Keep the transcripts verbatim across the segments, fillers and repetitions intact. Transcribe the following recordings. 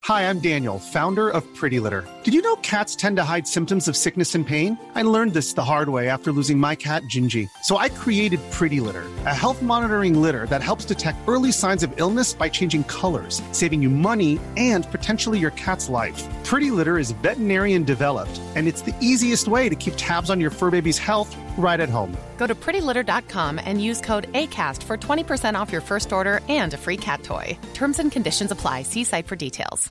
Hi, I'm Daniel, founder of Pretty Litter. Did you know cats tend to hide symptoms of sickness and pain? I learned this the hard way after losing my cat, Gingy. So I created Pretty Litter, a health monitoring litter that helps detect early signs of illness by changing colors, saving you money and potentially your cat's life. Pretty Litter is veterinarian developed, and it's the easiest way to keep tabs on your fur baby's health right at home. Go to pretty litter dot com and use code ACAST for twenty percent off your first order and a free cat toy. Terms and conditions apply. See site for details.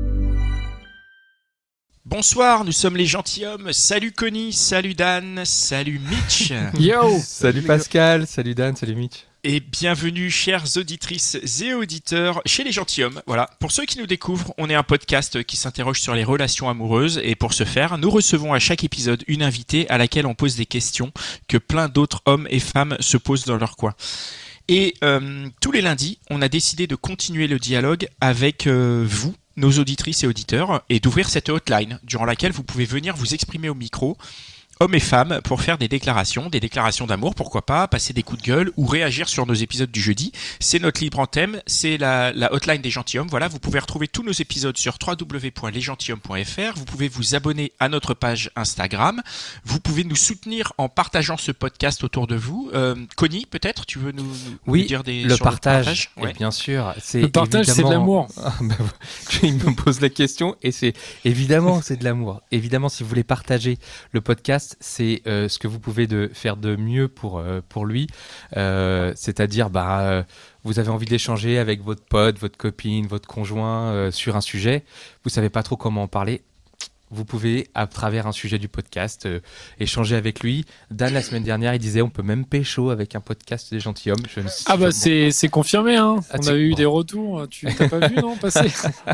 Bonsoir, nous sommes les gentilshommes. Salut Connie, salut Dan, salut Mitch. Yo. Salut Pascal, salut Dan, salut Mitch. Et bienvenue, chères auditrices et auditeurs, chez les gentilshommes. Voilà, pour ceux qui nous découvrent, on est un podcast qui s'interroge sur les relations amoureuses. Et pour ce faire, nous recevons à chaque épisode une invitée à laquelle on pose des questions que plein d'autres hommes et femmes se posent dans leur coin. Et euh, tous les lundis, on a décidé de continuer le dialogue avec euh, vous, nos auditrices et auditeurs, et d'ouvrir cette hotline durant laquelle vous pouvez venir vous exprimer au micro, hommes et femmes, pour faire des déclarations, des déclarations d'amour, pourquoi pas, passer des coups de gueule ou réagir sur nos épisodes du jeudi. C'est notre libre antenne, c'est la, la hotline des gentilshommes. Voilà, vous pouvez retrouver tous nos épisodes sur w w w point les gentilshommes point f r. Vous pouvez vous abonner à notre page Instagram. Vous pouvez nous soutenir en partageant ce podcast autour de vous. Euh, Connie, peut-être, tu veux nous, nous oui, dire des le sur partage, le partage ouais. Bien sûr. C'est le partage, évidemment... c'est de l'amour. Il me pose la question et c'est évidemment c'est de l'amour. Évidemment, si vous voulez partager le podcast, c'est euh, ce que vous pouvez de, faire de mieux pour, euh, pour lui. Euh, c'est-à-dire, bah, euh, vous avez envie d'échanger avec votre pote, votre copine, votre conjoint euh, sur un sujet. Vous savez pas trop comment en parler. Vous pouvez, à travers un sujet du podcast, euh, échanger avec lui. Dan, la semaine dernière, il disait on peut même pécho avec un podcast des gentilshommes. Je ne sais ah bah bon. c'est, c'est confirmé, hein. Ah, on tu... a eu bon. des retours. Tu t'as pas vu, non, passer.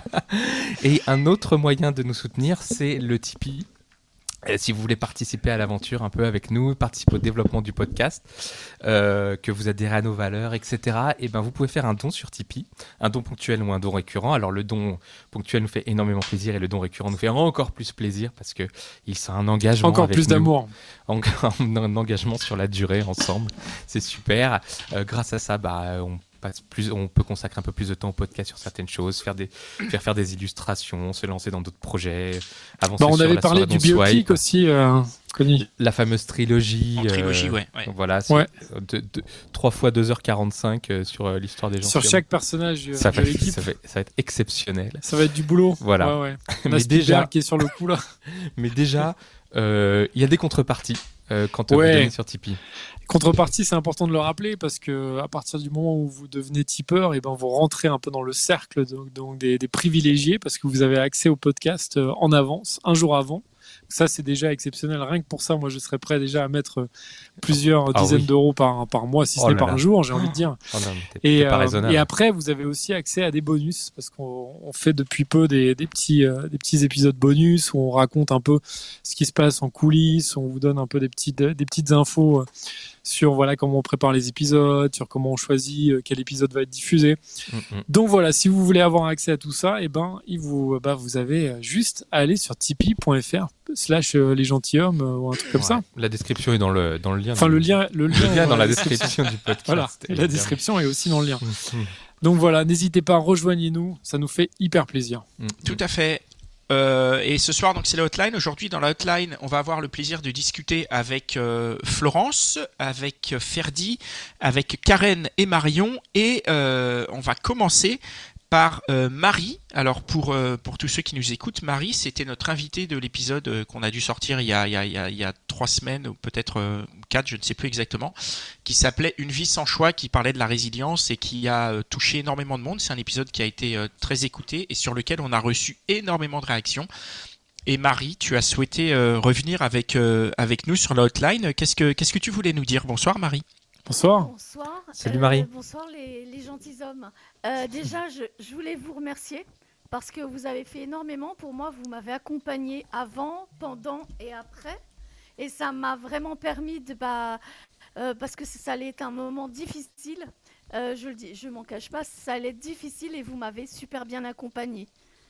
Et un autre moyen de nous soutenir, c'est le Tipeee. Et si vous voulez participer à l'aventure un peu avec nous, participer au développement du podcast, euh, que vous adhérez à nos valeurs, et cetera, et ben vous pouvez faire un don sur Tipeee, un don ponctuel ou un don récurrent. Alors le don ponctuel nous fait énormément plaisir et le don récurrent nous fait encore plus plaisir parce que il c'est un engagement encore avec plus nous. d'amour, en, un engagement sur la durée ensemble. C'est super. Euh, grâce à ça, bah on Plus, on peut consacrer un peu plus de temps au podcast sur certaines choses, faire des, faire faire des illustrations, se lancer dans d'autres projets, avancer bah, on sur avait la parlé du biopic aussi, euh, Connie. La fameuse trilogie. En trilogie, euh, ouais, ouais. Voilà, c'est ouais. de, de, trois fois deux heures quarante-cinq euh, sur euh, l'histoire des gens. Sur chaque personnage ça de va, l'équipe. Ça va, ça va être exceptionnel. Ça va être du boulot. Voilà. Ouais, ouais. On a mais Spielberg déjà, qui est sur le coup là. Mais déjà, il euh, y a des contreparties euh, quand ouais. vous donnez sur Tipeee. Contrepartie, c'est important de le rappeler parce que à partir du moment où vous devenez tipeur, et ben vous rentrez un peu dans le cercle donc, donc des, des privilégiés parce que vous avez accès au podcast en avance, un jour avant. Ça, c'est déjà exceptionnel. Rien que pour ça, moi, je serais prêt déjà à mettre plusieurs ah dizaines oui. d'euros par, par mois, si ce oh n'est là par là. un jour, j'ai envie de dire. Oh non, t'es, et, t'es pas euh, raisonnable. et après, vous avez aussi accès à des bonus parce qu'on on fait depuis peu des, des, petits, euh, des petits épisodes bonus où on raconte un peu ce qui se passe en coulisses, on vous donne un peu des petites, des petites infos euh, sur voilà, comment on prépare les épisodes, sur comment on choisit euh, quel épisode va être diffusé. Mm-hmm. Donc voilà, si vous voulez avoir accès à tout ça, et ben, il vous, bah, vous avez juste à aller sur tipeee point f r slash les gentilshommes euh, ou un truc comme ouais. ça. La description est dans le, dans le lien. Enfin, le lien, le lien, le lien est dans la description du podcast. Voilà, et la description est aussi dans le lien. Donc voilà, n'hésitez pas, rejoignez-nous, ça nous fait hyper plaisir. Tout à fait. Euh, et ce soir, donc c'est la hotline. Aujourd'hui, dans la hotline, on va avoir le plaisir de discuter avec euh, Florence, avec Ferdi, avec Karen et Marion. Et euh, on va commencer par euh, Marie. Alors pour, euh, pour tous ceux qui nous écoutent, Marie, c'était notre invitée de l'épisode euh, qu'on a dû sortir il y a, il y a, il y a, il y a trois semaines ou peut-être euh, quatre, je ne sais plus exactement, qui s'appelait Une vie sans choix, qui parlait de la résilience et qui a euh, touché énormément de monde. C'est un épisode qui a été euh, très écouté et sur lequel on a reçu énormément de réactions. Et Marie, tu as souhaité euh, revenir avec, euh, avec nous sur la hotline. Qu'est-ce que, qu'est-ce que tu voulais nous dire ? Bonsoir Marie. Bonsoir. Bonsoir. Salut Marie. Euh, bonsoir les, les gentilshommes. Euh, déjà, je, je voulais vous remercier parce que vous avez fait énormément pour moi. Vous m'avez accompagnée avant, pendant et après. Et ça m'a vraiment permis de... Bah, euh, parce que ça allait être un moment difficile. Euh, je le dis, je m'en cache pas, ça allait être difficile et vous m'avez super bien accompagnée.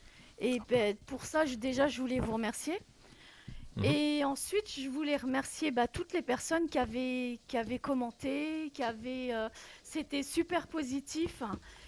Et bah, pour ça, je, déjà, je voulais vous remercier. Mmh. Et ensuite, je voulais remercier bah, toutes les personnes qui avaient, qui avaient commenté, qui avaient, euh, c'était super positif.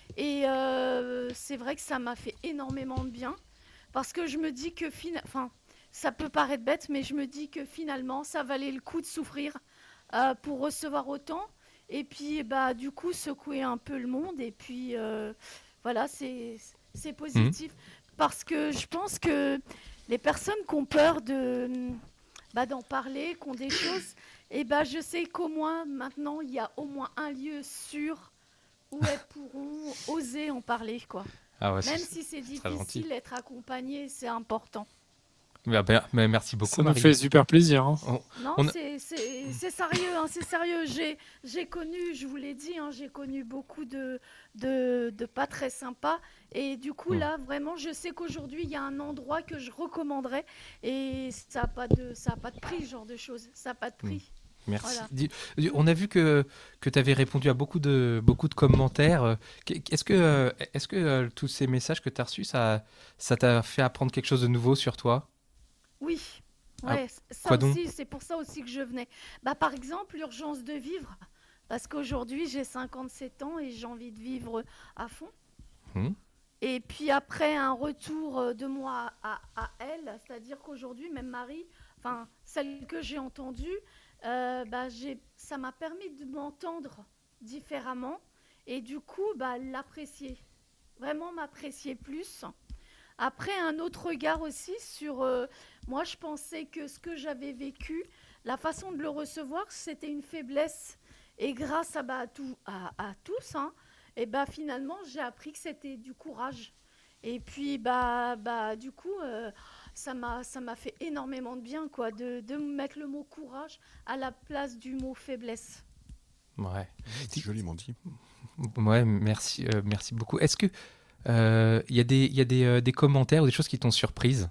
Et euh, c'est vrai que ça m'a fait énormément de bien. Parce que je me dis que, fina- enfin, ça peut paraître bête, mais je me dis que finalement, ça valait le coup de souffrir euh, pour recevoir autant. Et puis, bah, du coup, secouer un peu le monde. Et puis, euh, voilà, c'est, c'est positif. Parce que je pense que les personnes qui ont peur de, bah, d'en parler, qui ont des choses, et bah, je sais qu'au moins, maintenant, il y a au moins un lieu sûr où elles pourront oser en parler, quoi. Ah ouais, Même c'est- si c'est c'est très gentil. difficile, être accompagné, c'est important. Mais, ben, mais merci beaucoup, Ça nous Marie. fait super plaisir. Hein. On- Non, On a- c'est, c'est, c'est sérieux, hein, c'est sérieux. J'ai, j'ai connu, je vous l'ai dit, hein, j'ai connu beaucoup de, de, de pas très sympas. Et du coup, Mm. là, vraiment, je sais qu'aujourd'hui, il y a un endroit que je recommanderais. Et ça n'a pas de, ça a pas de prix, ce genre de choses. Ça n'a pas de prix. Merci. Voilà. Dis- dis- On a vu que, que tu avais répondu à beaucoup de, beaucoup de commentaires. Euh, qu'est- Est-ce que, euh, est-ce que euh, tous ces messages que tu as reçus, ça, ça t'a fait apprendre quelque chose de nouveau sur toi? Oui, Ah, ouais, c- ça quoi donc? aussi, c'est pour ça aussi que je venais. Bah, par exemple, l'urgence de vivre, parce qu'aujourd'hui j'ai cinquante-sept ans et j'ai envie de vivre à fond. Hmm. Et puis après un retour euh, de moi à, à elle, c'est-à-dire qu'aujourd'hui, même Marie, enfin celle que j'ai entendue, euh, bah, j'ai, ça m'a permis de m'entendre différemment et du coup, bah, l'apprécier, vraiment m'apprécier plus. Après, un autre regard aussi sur... euh, moi, je pensais que ce que j'avais vécu, la façon de le recevoir, c'était une faiblesse. Et grâce à, bah, à, tout- à- à tous, hein, et bah, finalement, j'ai appris que c'était du courage. Et puis, bah, bah, du coup, euh, ça m'a, ça m'a fait énormément de bien, quoi, de, de mettre le mot courage à la place du mot faiblesse. Ouais. C'est joliment dit. Ouais, merci, euh, merci beaucoup. Est-ce que euh, il y a des, il y a des, euh, des commentaires ou des choses qui t'ont surprise?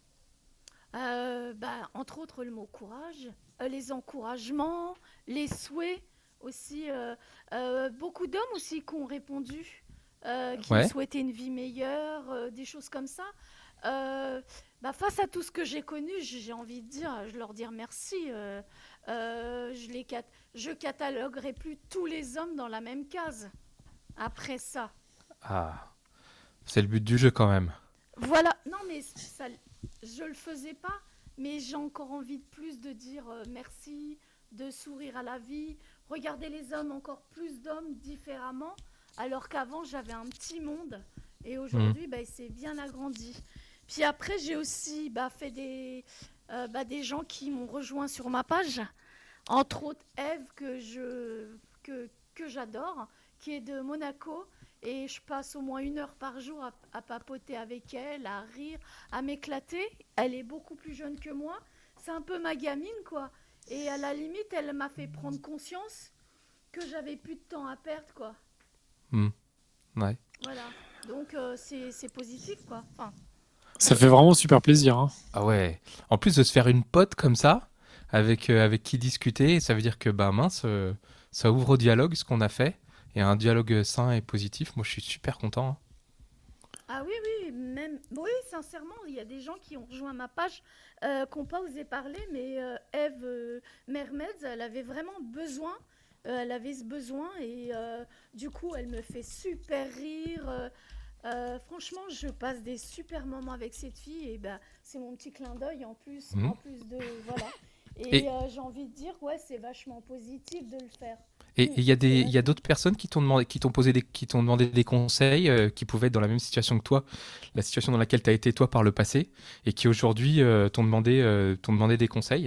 Euh, bah, entre autres, le mot courage, euh, les encouragements, les souhaits aussi. euh, euh, beaucoup d'hommes aussi qui ont répondu, euh, qui Ouais. me souhaitaient une vie meilleure, euh, des choses comme ça. Euh, bah, face à tout ce que j'ai connu, j'ai envie de dire, je leur dire merci. euh, euh, je les cat- je cataloguerai plus tous les hommes dans la même case. Après ça. Ah, c'est le but du jeu quand même. Voilà, non mais ça, je le faisais pas, mais j'ai encore envie de plus de dire euh, merci, de sourire à la vie, regarder les hommes, encore plus d'hommes différemment, alors qu'avant j'avais un petit monde et aujourd'hui bah, il s'est bien agrandi. Puis après j'ai aussi bah, fait des, euh, bah, des gens qui m'ont rejoint sur ma page, entre autres Eve que je que, que j'adore, qui est de Monaco. Et je passe au moins une heure par jour à, à papoter avec elle, à rire, à m'éclater. Elle est beaucoup plus jeune que moi. C'est un peu ma gamine, quoi. Et à la limite, elle m'a fait prendre conscience que j'avais plus de temps à perdre, quoi. Hmm. Ouais. Voilà. Donc, euh, c'est, c'est positif, quoi. Enfin, Ça fait vraiment super plaisir. Hein. Ah ouais. En plus de se faire une pote comme ça, avec, euh, avec qui discuter, ça veut dire que bah mince, euh, ça ouvre au dialogue ce qu'on a fait. Et un dialogue sain et positif. Moi, je suis super content. Hein. ah oui, oui, même... Oui, sincèrement, il y a des gens qui ont rejoint ma page, euh, qui n'ont pas osé parler, mais euh, Eve euh, Mermez, elle avait vraiment besoin, euh, elle avait ce besoin, et euh, du coup, elle me fait super rire. euh, euh, franchement, je passe des super moments avec cette fille, et ben, c'est mon petit clin d'œil en plus, Mhm. en plus de... Voilà. Et, Et- euh, j'ai envie de dire, ouais, c'est vachement positif de le faire. Et il y a des, il y a d'autres personnes qui t'ont demandé, qui t'ont posé des, qui t'ont demandé des conseils, euh, qui pouvaient être dans la même situation que toi, la situation dans laquelle tu as été toi par le passé, et qui aujourd'hui euh, t'ont demandé, euh, t'ont demandé des conseils.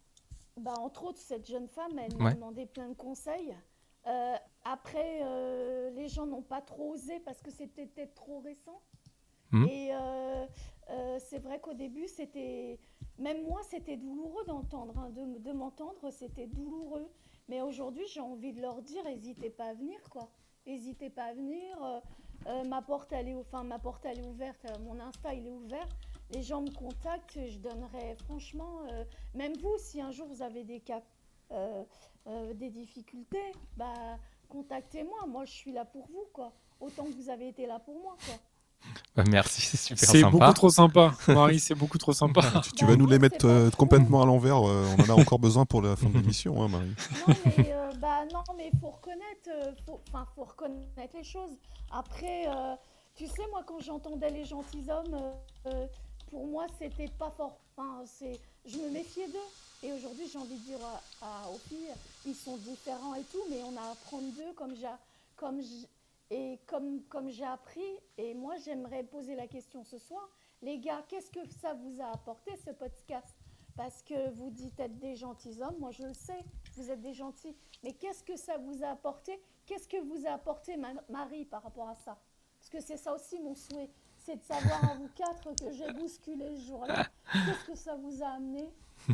Bah, entre autres, cette jeune femme, elle m'a Ouais. demandé plein de conseils. Euh, après, euh, les gens n'ont pas trop osé parce que c'était peut-être trop récent. Mhm. Et euh, euh, c'est vrai qu'au début, c'était... Même moi, c'était douloureux d'entendre. hein, de, de m'entendre, c'était douloureux. Mais aujourd'hui, j'ai envie de leur dire, n'hésitez pas à venir, quoi. N'hésitez pas à venir. euh, euh, ma porte, elle est, au- enfin, ma porte, elle est ouverte. euh, mon Insta, il est ouvert. Les gens me contactent. Je donnerai, franchement, euh, même vous, si un jour vous avez des cas, euh, euh, des difficultés, bah, contactez-moi. Moi, je suis là pour vous, quoi. Autant que vous avez été là pour moi, quoi. Bah, merci, c'est super C'est sympa. beaucoup trop sympa. Marie, c'est beaucoup trop sympa. Tu, tu Bah, vas nous moi, les c'est mettre pas euh, trop. complètement à l'envers. euh, on en a encore besoin pour la fin de l'émission, hein, Marie. Non, mais euh, bah non, mais faut reconnaître, euh, faut, enfin, faut reconnaître les choses. Après, euh, tu sais, moi, quand j'entendais les gentilshommes, euh, euh, pour moi, c'était pas fort. Enfin, c'est, je me méfiais d'eux. Et aujourd'hui, j'ai envie de dire à, à- aux filles, ils sont différents et tout, mais on a à apprendre d'eux comme j'ai, comme j'- et comme, comme j'ai appris. Et moi, j'aimerais poser la question ce soir. Les gars, qu'est-ce que ça vous a apporté, ce podcast? Parce que vous dites être des gentilshommes, moi je le sais, vous êtes des gentils. Mais qu'est-ce que ça vous a apporté? Qu'est-ce que vous a apporté Ma- Marie par rapport à ça? Parce que c'est ça aussi mon souhait, c'est de savoir à vous quatre que j'ai bousculé ce jour-là. Qu'est-ce que ça vous a amené?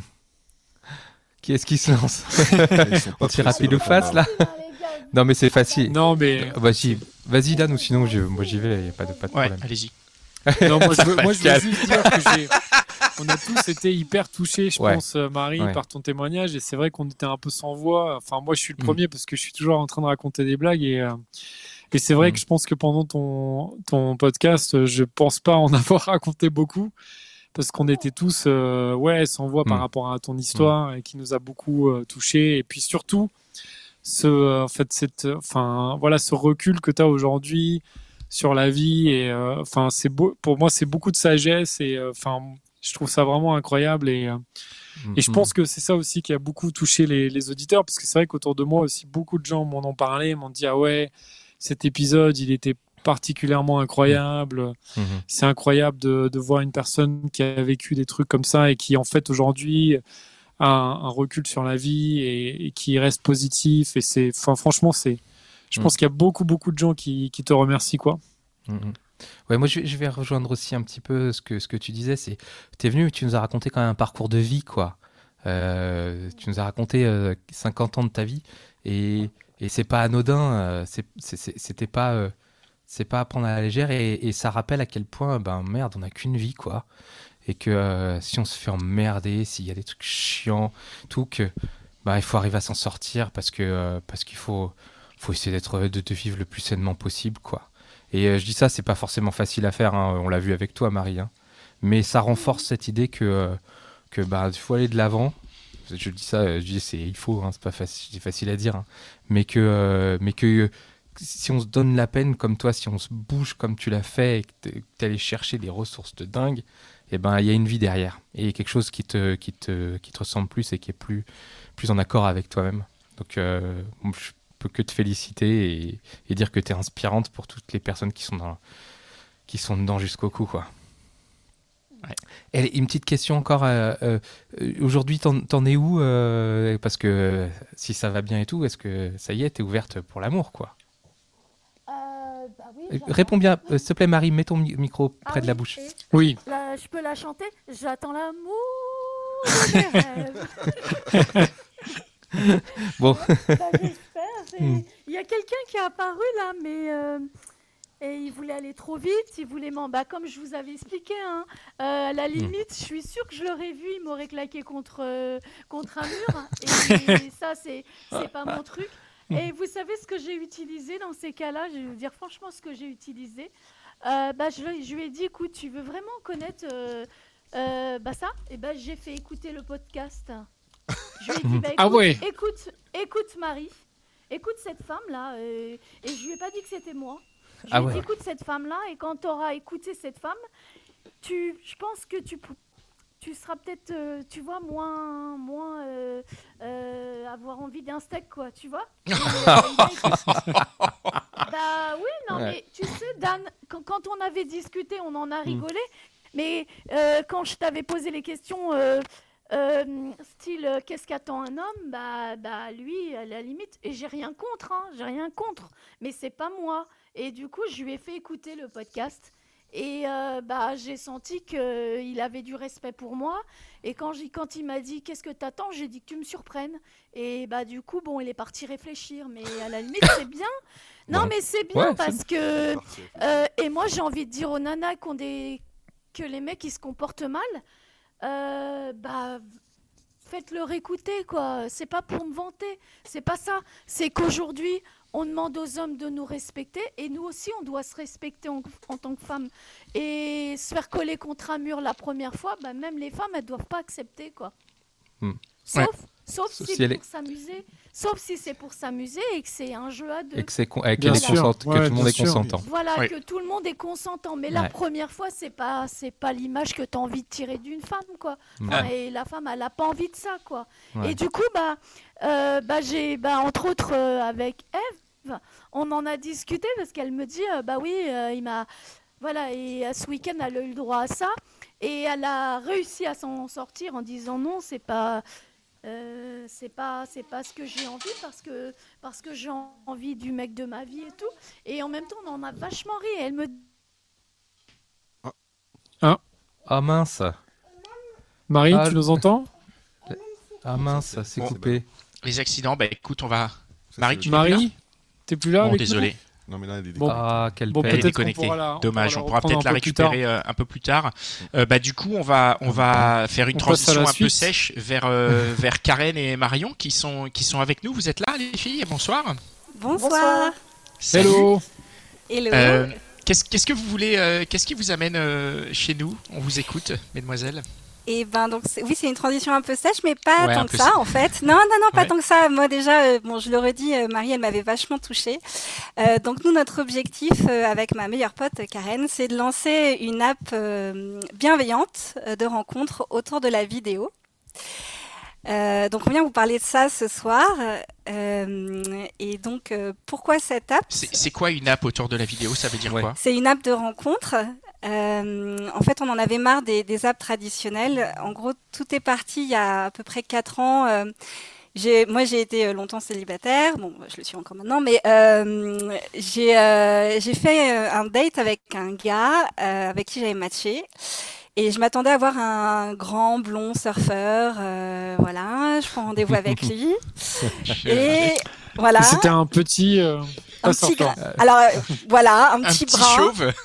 Qui est-ce qui se lance? Ils sont pas On tire à pressés, pile ou hein, face, là? Facile, hein, les gars. Non, mais c'est facile. Non, mais Euh, Vas-y, vas-y Dan, ou sinon je, moi j'y vais, il n'y a pas de, pas de Ouais, problème. allez-y. non, moi, je veux, moi, je veux Pascal. juste dire que j'ai. On a tous été hyper touchés, je Ouais. pense, euh, Marie, Ouais. par ton témoignage. Et c'est vrai qu'on était un peu sans voix. Enfin, moi, je suis le Mm. premier parce que je suis toujours en train de raconter des blagues. Et, euh, et c'est vrai Mm. que je pense que pendant ton, ton podcast, euh, je pense pas en avoir raconté beaucoup. Parce qu'on était tous euh, ouais, sans voix par Mm. rapport à ton histoire et qui nous a beaucoup euh, touchés. Et puis surtout, ce, euh, en fait, cette, euh, enfin, voilà, ce recul que tu as aujourd'hui sur la vie. Et euh, enfin, c'est beau, pour moi, c'est beaucoup de sagesse. Et euh, enfin, je trouve ça vraiment incroyable. Et, euh, et je Mm. pense que c'est ça aussi qui a beaucoup touché les, les auditeurs. Parce que c'est vrai qu'autour de moi aussi, beaucoup de gens m'en ont parlé, m'ont dit, ah ouais, cet épisode, il était particulièrement incroyable. Mhm. C'est incroyable de, de voir une personne qui a vécu des trucs comme ça et qui, en fait, aujourd'hui, a un, un recul sur la vie et, et qui reste positif. Et c'est, enfin, franchement, c'est, je Mm. pense qu'il y a beaucoup, beaucoup de gens qui, qui te remercient, quoi. Mhm. Ouais, moi je vais, je vais rejoindre aussi un petit peu ce que, ce que tu disais. C'est, t'es venu, tu nous as raconté quand même un parcours de vie, quoi. Euh, tu nous as raconté euh, cinquante ans de ta vie et, et c'est pas anodin. euh, c'est, c'est- c'est- c'était pas, euh, c'est pas à prendre à la légère et, et ça rappelle à quel point, ben merde, on n'a qu'une vie, quoi. Et que euh, si on se fait emmerder, s'il y a des trucs chiants, tout, que bah, il faut arriver à s'en sortir parce que euh, parce qu'il faut, faut essayer d'être, de, de vivre le plus sainement possible, quoi. Et euh, je dis ça, c'est pas forcément facile à faire, hein, on l'a vu avec toi, Marie, hein. Mais ça renforce cette idée que euh, que bah il faut aller de l'avant. Je dis ça, euh, je dis c'est il faut, hein, c'est pas facile, c'est facile à dire, hein. Mais que euh, mais que euh, si on se donne la peine comme toi, si on se bouge comme tu l'as fait et que t'es- que t'es allé chercher des ressources de dingue, et ben il y a une vie derrière et quelque chose qui te qui te qui te ressemble plus et qui est plus plus en accord avec toi-même. Donc euh, je peux que te féliciter et, et dire que tu es inspirante pour toutes les personnes qui sont dans qui sont dedans jusqu'au cou, quoi. Ouais. Et une petite question encore. euh, euh, aujourd'hui, t'en, t'en es où euh, parce que euh, si ça va bien et tout, est-ce que ça y est, t'es ouverte pour l'amour, quoi? Euh, bah oui, Euh, j'attends. Réponds bien, euh, s'il te plaît, Marie, mets ton mi- micro près Ah de la oui, bouche. et Oui. là, je peux la chanter? J'attends l'amour de mes rêves. Bon, Bah, j'espère. c'est- Hmm. Il y a quelqu'un qui est apparu là, mais euh, et il voulait aller trop vite. Il voulait m'en. Bah, comme je vous avais expliqué, hein, euh, à la limite, je suis sûre que je l'aurais vu, il m'aurait claqué contre euh, contre un mur. Et, ça, c'est c'est pas mon truc. Et vous savez ce que j'ai utilisé dans ces cas-là? Je vais vous dire franchement ce que j'ai utilisé. Euh, bah, je, je lui ai dit, écoute, tu veux vraiment connaître euh, euh, bah ça? Et bah, j'ai fait écouter le podcast. Je lui ai dit, bah, écoute, Ah ouais. écoute, écoute Marie, écoute cette femme-là. euh, et je lui ai pas dit que c'était moi. Je lui Ah ai ouais. dit, écoute cette femme-là, et quand tu auras écouté cette femme, tu, je pense que tu, pou- tu seras peut-être, euh, tu vois, moins, moins euh, euh, avoir envie d'un steak, quoi, tu vois. Et, euh, il a écouté. Bah oui, non, Ouais. mais tu sais, Dan, quand, quand on avait discuté, on en a rigolé, mais euh, quand je t'avais posé les questions, euh, euh, style, euh, qu'est-ce qu'attend un homme, bah, bah lui, à la limite, et j'ai rien contre, hein, j'ai rien contre, mais c'est pas moi. Et du coup, je lui ai fait écouter le podcast. Et euh, bah, j'ai senti qu'il avait du respect pour moi. Et quand, j'ai- quand il m'a dit « Qu'est-ce que t'attends ?» j'ai dit que tu me surprennes. Et bah, du coup, bon, il est parti réfléchir. Mais à la limite, c'est bien. Non, Bon. mais c'est bien Ouais, parce que... Parti avec lui. euh, et moi, j'ai envie de dire aux nanas qu'on des... que les mecs, ils se comportent mal. Euh, bah... Faites-leur écouter, quoi. C'est pas pour me vanter. C'est pas ça. C'est qu'aujourd'hui, on demande aux hommes de nous respecter et nous aussi, on doit se respecter en, en tant que femmes. Et se faire coller contre un mur la première fois, bah, même les femmes, elles doivent pas accepter, quoi. Hmm. Sauf, Sauf Sauf si si elle pour est- s'amuser. Sauf si c'est pour s'amuser et que c'est un jeu à deux. Et que c'est con- et Bien qu'elle est sûr. consentante, Ouais, que tout le monde bien est sûr. consentant. Voilà, Oui. que tout le monde est consentant. Mais Ouais. la première fois, c'est pas, c'est pas l'image que tu as envie de tirer d'une femme, quoi. Enfin, et la femme, elle a pas envie de ça, quoi. Ouais. Et du coup, bah, euh, bah j'ai, bah, entre autres, euh, avec Eve, on en a discuté parce qu'elle me dit, euh, bah oui, euh, il m'a, voilà, et euh, ce week-end, elle a eu le droit à ça, et elle a réussi à s'en sortir en disant non, c'est pas. Euh, c'est pas c'est pas ce que j'ai envie parce que parce que j'ai envie du mec de ma vie et tout, et en même temps on en a vachement ri et elle me Ah mince, Marie, Ah, tu nous entends? ah mince, c'est Bon, coupé. Les accidents, bah écoute, on va. Ça, Marie, c'est- tu n'es plus là Marie, t'es plus là Bon, avec désolé. Non, mais là, elle est Bon. Ah, quelle Bon, Elle est peine. peut-être qu'on déconnectée. pourra la- on Dommage, pourra on la pourra peut-être reprendre la un peu plus tard. récupérer euh, un peu plus tard. Euh, bah du coup, on va on va faire une On passe à transition la un peu suite. sèche vers euh, vers Karen et Marion qui sont qui sont avec nous. Vous êtes là, les filles? Bonsoir. Bonsoir. Salut. Hello. Hello. Euh, qu'est-ce qu'est-ce que vous voulez euh, Qu'est-ce qui vous amène euh, chez nous? On vous écoute, mesdemoiselles. Et ben donc c'est- oui, c'est une transition un peu sèche, mais pas Ouais, un tant peu que ça sèche. en fait. Non, non, non, pas Ouais. tant que ça. Moi déjà, euh, bon, je le redis, euh, Marie, elle m'avait vachement touchée. Euh, donc nous, notre objectif euh, avec ma meilleure pote Karen, c'est de lancer une app euh, bienveillante euh, de rencontre autour de la vidéo. Euh, donc on vient vous parler de ça ce soir. Euh, et donc euh, pourquoi cette app? C'est c'est quoi une app autour de la vidéo? Ça veut dire Ouais. quoi? C'est une app de rencontre. Euh, en fait, on en avait marre des, des apps traditionnelles. En gros, tout est parti il y a à peu près quatre ans. Euh, j'ai, moi, j'ai été euh, longtemps célibataire. Bon, je le suis encore maintenant, mais euh, j'ai, euh, j'ai fait euh, un date avec un gars euh, avec qui j'avais matché. Et je m'attendais à avoir un grand blond surfeur. Euh, voilà, je prends rendez-vous avec lui. Et voilà. Et C'était un petit. euh, Un pas petit sortant. gra- Alors euh, voilà, un, Un petit petit brun. chauve.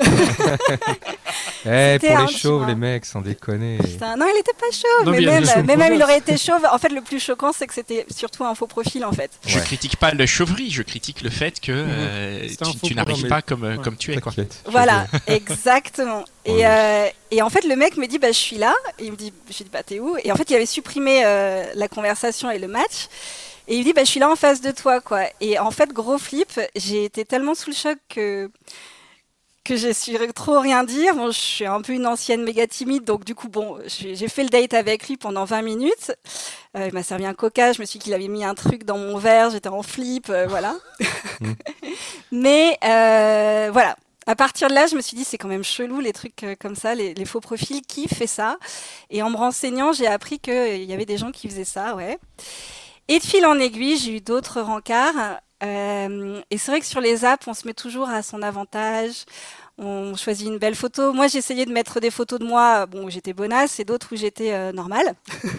Eh, C'était pour un les petit chauves, bras. les mecs, sans déconner. Putain, non, il était pas chauve, Non, mais mais il y a même, des chauves mais beaux même il gosses. aurait été chauve. En fait, le plus choquant, c'est que c'était surtout un faux profil, en fait. Je Ouais. critique pas la chauverie, je critique le fait que euh, C'était un tu, faux tu profil. n'arrives Mais- pas comme euh, Ouais. comme tu es quoi. T'inquiète. je Voilà, vais- exactement. Et, Ouais. euh, et en fait, le mec me dit, bah, je suis là. Et il me dit, je lui dis, bah, t'es où? Et en fait, il avait supprimé euh, la conversation et le match. Et il me dit, bah, je suis là en face de toi, quoi. Et en fait, gros flip, j'ai été tellement sous le choc que que j'ai su trop rien dire. Bon, je suis un peu une ancienne méga timide, donc du coup, bon, j'ai j'ai fait le date avec lui pendant vingt minutes. Euh, il m'a servi un coca, je me suis dit qu'il avait mis un truc dans mon verre, j'étais en flip, euh, voilà. Mais euh, voilà. À partir de là, je me suis dit, c'est quand même chelou les trucs euh, comme ça, les, les faux profils, qui fait ça? Et en me renseignant, j'ai appris qu'il y avait des gens qui faisaient ça, ouais. Et de fil en aiguille, j'ai eu d'autres rencarts. Euh, et c'est vrai que sur les apps, on se met toujours à son avantage. On choisit une belle photo. Moi, j'ai essayé de mettre des photos de moi, bon, où j'étais bonasse, et d'autres où j'étais euh, normale.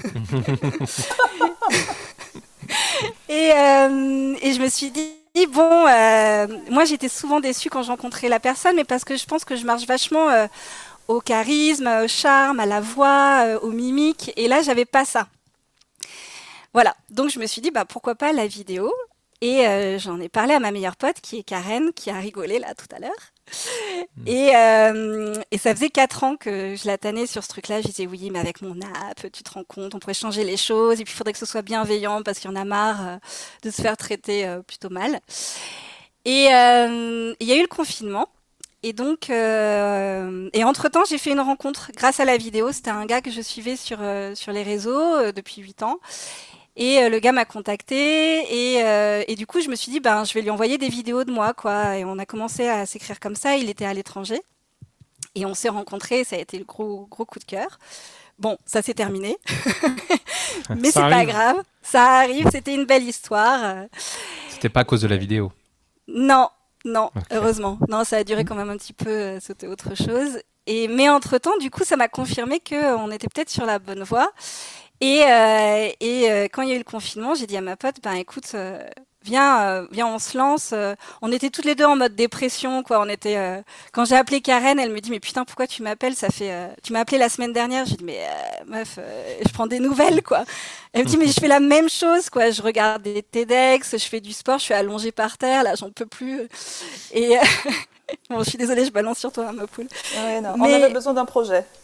et, euh, et je me suis dit, bon, euh, moi, j'étais souvent déçue quand je rencontrais la personne, mais parce que je pense que je marche vachement euh, au charisme, au charme, à la voix, euh, aux mimiques. Et là, j'avais pas ça. Voilà. Donc, je me suis dit, bah, pourquoi pas la vidéo? Et euh, j'en ai parlé à ma meilleure pote, qui est Karen, qui a rigolé là tout à l'heure. Et, euh, et ça faisait quatre ans que je la tannais sur ce truc-là. Je disais, oui, mais avec mon app, tu te rends compte, on pourrait changer les choses. Et puis, il faudrait que ce soit bienveillant parce qu'il y en a marre euh, de se faire traiter euh, plutôt mal. Et euh, il y a eu le confinement. Et donc, euh, et entre-temps, j'ai fait une rencontre grâce à la vidéo. C'était un gars que je suivais sur, euh, sur les réseaux euh, depuis huit ans. Et euh, le gars m'a contacté et, euh, et du coup, je me suis dit, ben, je vais lui envoyer des vidéos de moi, quoi. Et on a commencé à s'écrire comme ça. Il était à l'étranger et on s'est rencontrés. Ça a été le gros, gros coup de cœur. Bon, ça s'est terminé, mais Ça c'est pas arrive. grave. Ça arrive. C'était une belle histoire. C'était pas à cause de la vidéo. Non, non, Ok. heureusement. Non, ça a duré quand même un petit peu. euh, C'était autre chose. Et mais entre temps, du coup, ça m'a confirmé que on était peut-être sur la bonne voie. Et, euh, et euh, quand il y a eu le confinement, j'ai dit à ma pote, ben écoute, euh, viens, euh, viens, on se lance. Euh, on était toutes les deux en mode dépression, quoi. On était. Euh, quand j'ai appelé Karen, elle me dit, mais putain, pourquoi tu m'appelles? Ça fait, euh, tu m'as appelé la semaine dernière. J'ai dit, mais euh, meuf, euh, je prends des nouvelles, quoi. Elle me dit, mais je fais la même chose, quoi. Je regarde des TEDx, je fais du sport, je suis allongée par terre, là, j'en peux plus. Et euh, bon, je suis désolée, je balance sur toi, hein, ma poule. Ouais, non. Mais- On avait besoin d'un projet.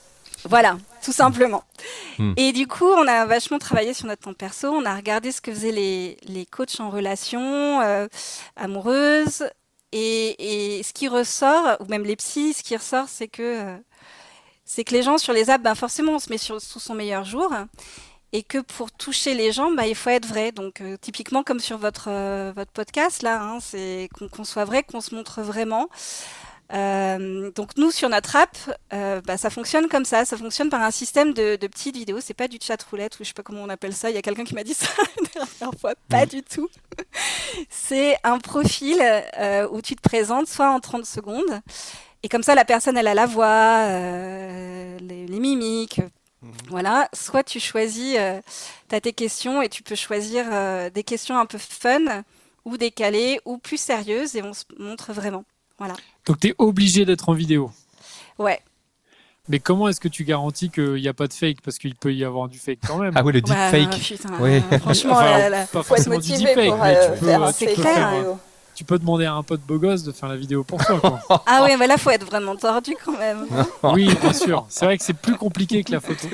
Voilà, tout simplement. Hmm. Et du coup, on a vachement travaillé sur notre temps perso. On a regardé ce que faisaient les, les coachs en relation euh, amoureuse. Et, et ce qui ressort, ou même les psys, ce qui ressort, c'est que, euh, c'est que les gens sur les apps, ben forcément, on se met sur, sous son meilleur jour. Et que pour toucher les gens, bah, il faut être vrai. Donc, euh, typiquement, comme sur votre, euh, votre podcast, là, hein, c'est qu'on, qu'on soit vrai, qu'on se montre vraiment. Euh, donc, nous, sur notre app, euh, bah, ça fonctionne comme ça. Ça fonctionne par un système de, de petites vidéos. C'est pas du chat roulette ou je sais pas comment on appelle ça. Il y a quelqu'un qui m'a dit ça la dernière fois. Pas du tout. C'est un profil euh, où tu te présentes soit en trente secondes. Et comme ça, la personne, elle a la voix, euh, les, les mimiques. Voilà, soit tu choisis, euh, tu as tes questions et tu peux choisir euh, des questions un peu fun ou décalées ou plus sérieuses et on se montre vraiment. Voilà. Donc tu es obligé d'être en vidéo. Ouais. Mais comment est-ce que tu garantis qu'il n'y a pas de fake? Parce qu'il peut y avoir du fake quand même. Ah oui, le Bah, deepfake. putain, Ouais. franchement, Enfin, la- la- pas Faut être forcément du motivé deepfake, pour mais euh, tu peux, faire un tu c'est peux fake clair. faire, vidéo. tu peux demander à un pote beau gosse de faire la vidéo pour toi. Quoi. Ah oui, mais là, faut être vraiment tordu quand même. Oui, bien sûr. C'est vrai que c'est plus compliqué que la photo.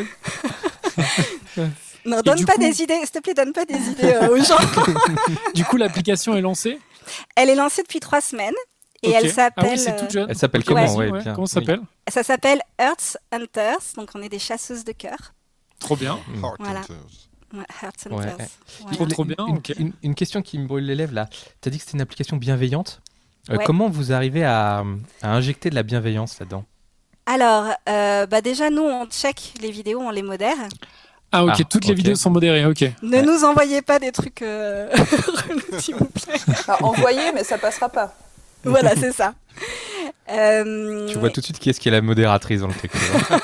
Non, donne du pas coup- des idées, s'il te plaît, donne pas des idées euh, aux gens. Du coup, l'application est lancée. Elle est lancée depuis trois semaines et Ok. elle Ah s'appelle. oui, c'est euh, toute jeune. Elle s'appelle Ok, comment vas-y, ouais, ouais. bien. Comment ça Oui. s'appelle? Ça s'appelle Hearts Hunters, donc on est des chasseuses de cœur. Trop bien. Heart Voilà. Hunters. Ouais, Hearts Ouais. Hunters. Voilà. Trop, trop bien, Une, ok. une- une question qui me brûle les lèvres là. Tu as dit que c'était une application bienveillante. Euh, Ouais. Comment vous arrivez à, à injecter de la bienveillance là-dedans? Alors, euh, bah déjà, nous, on check les vidéos, on les modère. Ah ok, Ah, toutes les ok. vidéos sont modérées, ok. Ne Ouais. nous envoyez pas des trucs euh, relous, s'il vous plaît. Enfin, envoyer, mais ça passera pas. Voilà, c'est ça. Euh, Tu vois tout de suite qui est-ce qui est la modératrice dans le texte.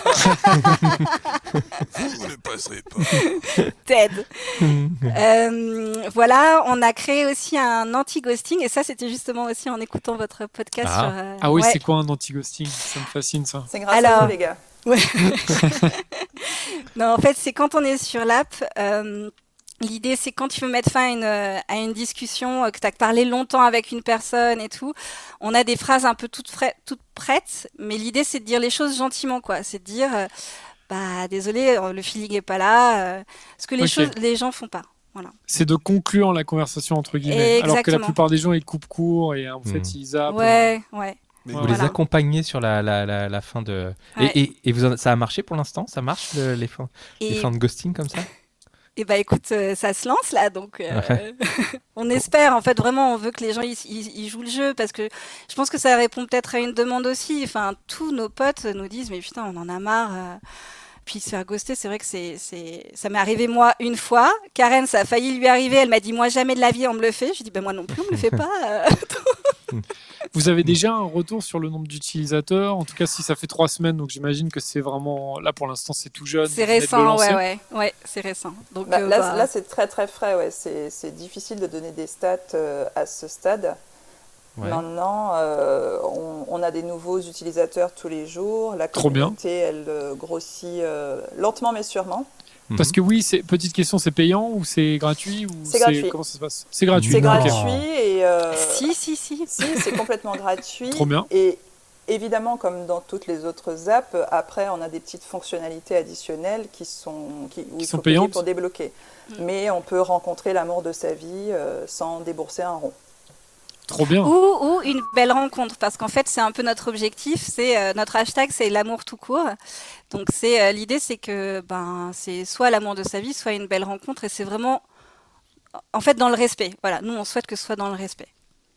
Vous ne passerez pas. Ted. Euh, voilà, on a créé aussi un anti-ghosting et ça, c'était justement aussi en écoutant votre podcast. Ah. sur, euh, Ah oui, ouais. c'est quoi un anti-ghosting? Ça me fascine ça. C'est grâce Alors- à vous, les gars. Non, en fait, c'est quand on est sur l'app. euh, L'idée, c'est quand tu veux mettre fin à une, euh, à une discussion, euh, que tu as parlé longtemps avec une personne et tout, on a des phrases un peu toutes, frais- toutes prêtes, mais l'idée, c'est de dire les choses gentiment, quoi. C'est de dire, euh, bah, désolé, euh, le feeling est pas là, euh, ce que les, Ok. choses, les gens font pas. Voilà. C'est de conclure la conversation entre guillemets. Alors que la Exactement. plupart des gens ils coupent court et en fait Hmm. ils zappent. Ouais, ouais. Mais Vous Vous Voilà. les accompagnez sur la, la, la, la fin de. Ouais. Et, et, et vous en- ça a marché pour l'instant? Ça marche le- les, fins, les Et, fins de ghosting comme ça? et bah écoute, euh, ça se lance là, donc euh, Ouais. on espère. En fait, vraiment, on veut que les gens ils, ils- ils jouent le jeu parce que je pense que ça répond peut-être à une demande aussi. Enfin, tous nos potes nous disent mais putain, on en a marre. euh, Puis se faire ghoster, c'est vrai que c'est, c'est, ça m'est arrivé moi une fois. Karen, ça a failli lui arriver. Elle m'a dit moi jamais de la vie on me le fait. Je lui dis ben moi non plus on me le fait pas. euh. Vous avez déjà un retour sur le nombre d'utilisateurs? En tout cas, si ça fait trois semaines, donc j'imagine que c'est vraiment là pour l'instant c'est tout jeune. C'est vous venez de le récent, lancer. ouais, ouais, ouais, c'est récent. Donc Bah, euh, là, bah, là, c'est très très frais. Ouais. C'est, c'est difficile de donner des stats euh, à ce stade. Ouais. Maintenant, euh, on, on a des nouveaux utilisateurs tous les jours. La Trop bien. communauté, elle euh, grossit euh, lentement mais sûrement. Parce que oui, c'est petite question, c'est payant ou c'est gratuit ou C'est gratuit. Comment ça se passe? C'est gratuit. C'est Non. ok. gratuit et euh, si, si, si. si, c'est complètement gratuit. Trop bien. Et évidemment, comme dans toutes les autres apps, après, on a des petites fonctionnalités additionnelles qui sont qui, où Qui il sont faut payer payantes. pour débloquer. Mais on peut rencontrer l'amour de sa vie euh, sans débourser un rond. Trop bien. Ou, ou une belle rencontre, parce qu'en fait, c'est un peu notre objectif. C'est euh, notre hashtag, c'est l'amour tout court. Donc, c'est euh, l'idée, c'est que ben, c'est soit l'amour de sa vie, soit une belle rencontre, et c'est vraiment, en fait, dans le respect. Voilà, nous, on souhaite que ce soit dans le respect.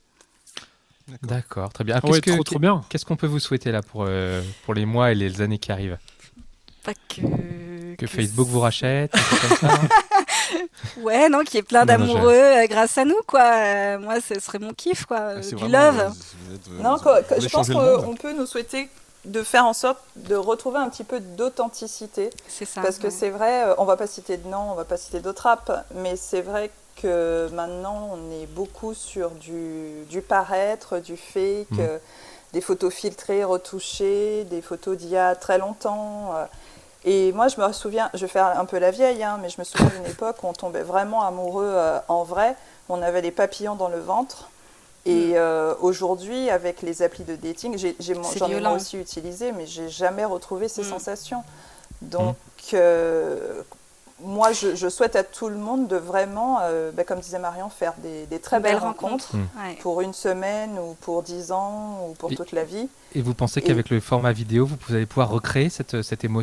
D'accord, très bien. Ah Qu'est-ce ouais, que- trop trop bien. Qu'est-ce qu'on peut vous souhaiter là pour, euh, pour les mois et les années qui arrivent? Pas que, Que Facebook vous rachète, des trucs comme ça, hein? Ouais, non, qu'il y ait plein Non, non, je- d'amoureux euh, grâce à nous, quoi. Euh, moi, ce serait mon kiff, quoi. Ah, euh, c'est du vraiment, love. euh, vous êtes, euh, Non, vous- quoi- vous quoi- voulez je pense changer le monde. qu'on peut nous souhaiter de faire en sorte de retrouver un petit peu d'authenticité. C'est ça. Parce que ouais. c'est vrai, euh, on va pas citer de nom, on va pas citer d'autres apps, mais c'est vrai que maintenant on est beaucoup sur du, du paraître, du fake, Mhm. euh, des photos filtrées, retouchées, des photos d'il y a très longtemps. euh. Et moi je me souviens, je vais faire un peu la vieille, hein, mais je me souviens d'une époque où on tombait vraiment amoureux euh, en vrai, on avait les papillons dans le ventre. Et euh, aujourd'hui, avec les applis de dating, j'ai, j'ai, C'est j'en ai moi violent. aussi utilisé, mais j'ai jamais retrouvé ces Mm. sensations. Donc, mmh. euh, moi, je, je souhaite à tout le monde de vraiment, euh, bah, comme disait Marion, faire des, des très belles, belles rencontres, rencontres mmh. pour une semaine ou pour dix ans ou pour et, toute la vie. Et vous pensez et... qu'avec le format vidéo, vous allez pouvoir recréer cette, cette émotion ?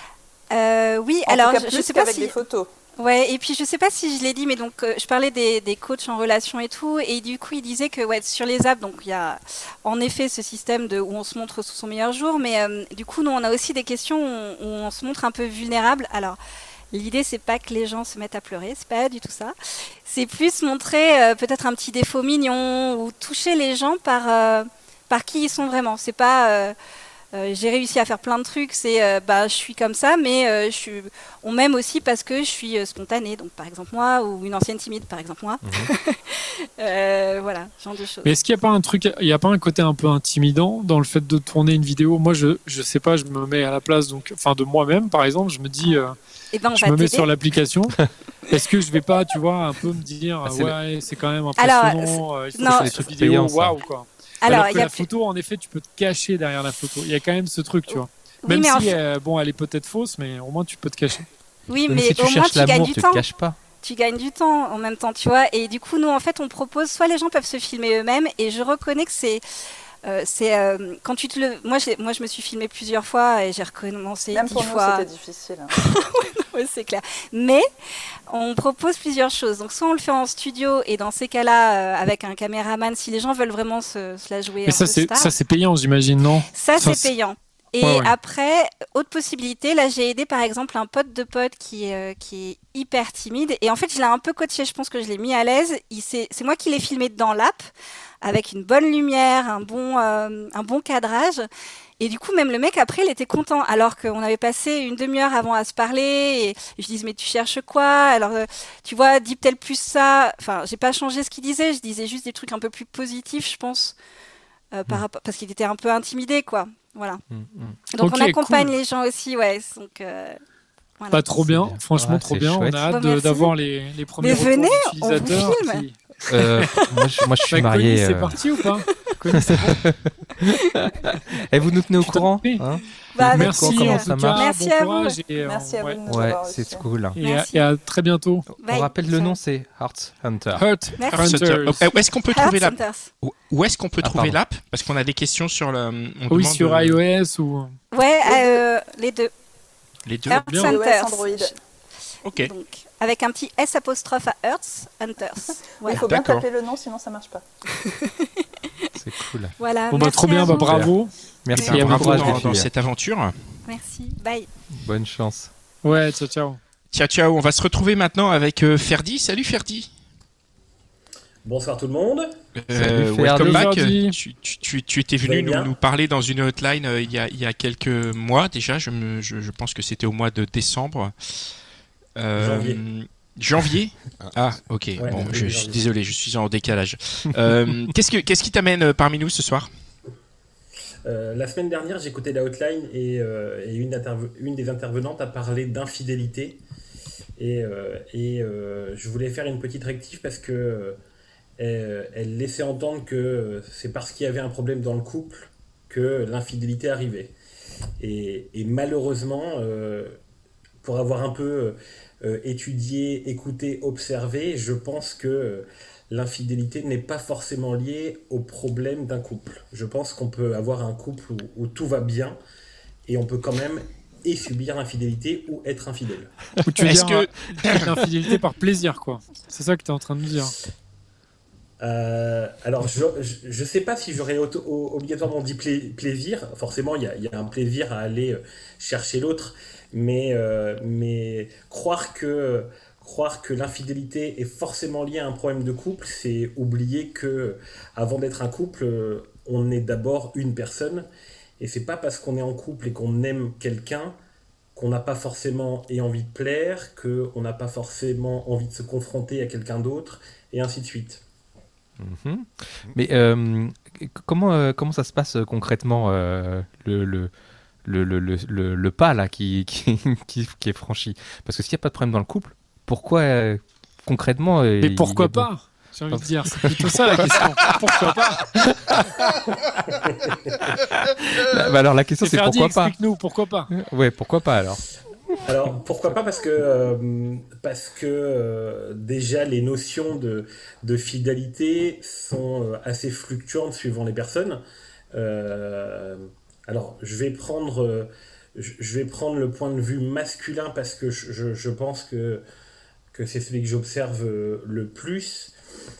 euh, Oui, en alors tout cas, je, plus je sais pas qu'avec si... des photos. Ouais, et puis je sais pas si je l'ai dit, mais donc euh, je parlais des, des coachs en relation et tout, et du coup il disait que ouais, sur les apps, donc il y a en effet ce système de où on se montre sous son meilleur jour, mais euh, du coup nous on a aussi des questions où, où on se montre un peu vulnérable. Alors l'idée c'est pas que les gens se mettent à pleurer, c'est pas du tout ça. C'est plus montrer euh, peut-être un petit défaut mignon ou toucher les gens par euh, par qui ils sont vraiment. C'est pas euh, Euh, j'ai réussi à faire plein de trucs, c'est euh, bah, je suis comme ça, mais euh, je suis... on m'aime aussi parce que je suis euh, spontanée, donc par exemple moi, ou une ancienne timide, par exemple moi. Mmh. euh, voilà, ce genre de choses. Mais est-ce qu'il n'y a pas un truc, il n'y a pas un côté un peu intimidant dans le fait de tourner une vidéo ? Moi, je je sais pas, je me mets à la place, donc, enfin de moi-même, par exemple, je me dis, euh, eh ben, je me mets sur l'application. Est-ce que je vais pas, tu vois, un peu me dire, ah, c'est ouais, le... c'est quand même impressionnant, euh, il faut faire des trucs vidéo, waouh quoi. Alors, Alors que la plus... photo, en effet, tu peux te cacher derrière la photo. Il y a quand même ce truc, tu vois. Oui, même si, euh, bon, elle est peut-être fausse, mais au moins tu peux te cacher. Oui, même mais si tu au moins tu gagnes du tu temps. Te caches pas. Tu gagnes du temps en même temps, tu vois. Et du coup, nous, en fait, on propose, soit les gens peuvent se filmer eux-mêmes, et je reconnais que c'est... Euh, c'est euh, quand tu te le... moi, moi, je me suis filmée plusieurs fois et j'ai recommencé même dix pour fois. Nous, c'était difficile. Hein. Oui, c'est clair. Mais on propose plusieurs choses. Donc, soit on le fait en studio et dans ces cas-là, euh, avec un caméraman, si les gens veulent vraiment se, se la jouer. Mais un ça, peu c'est star. ça, c'est payant, j'imagine, non ? Ça, ça c'est, c'est payant. Et ouais, ouais. après, autre possibilité, là j'ai aidé par exemple un pote de pote qui est, euh, qui est hyper timide. Et en fait, je l'ai un peu coaché, je pense que je l'ai mis à l'aise. Il, c'est, c'est moi qui l'ai filmé dans l'app, avec une bonne lumière, un bon, euh, un bon cadrage. Et du coup, même le mec, après, il était content. Alors qu'on avait passé une demi-heure avant à se parler. Et je disais, mais tu cherches quoi ? Alors, euh, tu vois, dis peut-être plus ça. Enfin, j'ai pas changé ce qu'il disait. Je disais juste des trucs un peu plus positifs, je pense. Euh, par rapport, parce qu'il était un peu intimidé, quoi. Voilà. Mmh, mmh. Donc okay, on accompagne cool. les gens aussi, ouais. Donc, euh, voilà. Pas trop bien, franchement, ah, trop bien. Chouette. On a hâte bon, de, d'avoir les, les premiers Mais venez, utilisateurs. On vous filme. Qui... Euh, moi, je, moi, je suis bah, marié. Connie, euh... c'est parti ou pas Connie, c'est bon. Et vous nous tenez au courant hein bah, Merci, comment en ça tout marche. cas, Merci bon à courage vous. et, Merci à ouais. vous de nous ouais, avoir c'est aussi. cool. Et à, et à très bientôt. Bye. On rappelle le nom, c'est Heart Hunter. Heart Hunter. Où est-ce qu'on peut trouver l'app Hunters. Où est-ce qu'on peut ah, trouver pardon. l'app Parce qu'on a des questions sur le. On oui, sur de... iOS ou. Ouais, euh, les deux. Les deux. Heart Bien. Hunters. Android. Ok. Donc, avec un petit S apostrophe à Hearts Hunters. Voilà. Il faut bien D'accord. taper le nom, sinon ça marche pas. C'est cool. Voilà. Bon, bah, trop bien, bah, bravo. Merci, Merci à bravo courage dans, dans cette aventure. Merci. Bye. Bonne chance. Ouais, ciao, ciao. Ciao, ciao. On va se retrouver maintenant avec euh, Ferdi. Salut Ferdi. Bonsoir tout le monde. Euh, Salut, welcome back. Ferdi. Tu, tu, tu, tu étais venu nous, nous parler dans une hotline euh, il, y a, il y a quelques mois déjà. Je, me, je, je pense que c'était au mois de décembre. Euh, janvier. Janvier Ah, ok. Ouais, bon, je, je suis janvier. désolé, je suis en décalage. euh, qu'est-ce, que, qu'est-ce qui t'amène parmi nous ce soir ? Euh, la semaine dernière, j'écoutais la hotline et, euh, et une, interve- une des intervenantes a parlé d'infidélité. Et, euh, et euh, je voulais faire une petite rectif parce que euh, elle, elle laissait entendre que c'est parce qu'il y avait un problème dans le couple que l'infidélité arrivait. Et, et malheureusement, euh, pour avoir un peu euh, étudié, écouté, observé, je pense que euh, l'infidélité n'est pas forcément liée au problème d'un couple. Je pense qu'on peut avoir un couple où, où tout va bien et on peut quand même et subir l'infidélité ou être infidèle. Ou tu veux Est-ce dire que l'infidélité par plaisir, quoi. C'est ça que tu es en train de me dire. Euh, alors, je, je, je sais pas si j'aurais auto, obligatoirement dit pla- plaisir. Forcément, il y a, y a un plaisir à aller chercher l'autre, mais, euh, mais croire que croire que l'infidélité est forcément liée à un problème de couple, c'est oublier que avant d'être un couple, on est d'abord une personne, et c'est pas parce qu'on est en couple et qu'on aime quelqu'un qu'on n'a pas forcément et envie de plaire, qu'on n'a pas forcément envie de se confronter à quelqu'un d'autre, et ainsi de suite. Mmh. Mais euh, comment, euh, comment ça se passe euh, concrètement euh, le, le, le, le, le, le pas là qui, qui, qui, qui est franchi ? Parce que s'il n'y a pas de problème dans le couple, pourquoi euh, concrètement euh, Mais pourquoi il... pas ? J'ai envie de dire, c'est plutôt ça la question. Pourquoi pas? Bah alors la question c'est, c'est pourquoi pas. Explique-nous, pourquoi pas? Ouais, pourquoi pas alors? Alors pourquoi pas parce que euh, parce que euh, déjà les notions de de fidélité sont assez fluctuantes suivant les personnes. Euh, alors je vais prendre euh, je, je vais prendre le point de vue masculin parce que je, je, je pense que que c'est celui que j'observe le plus.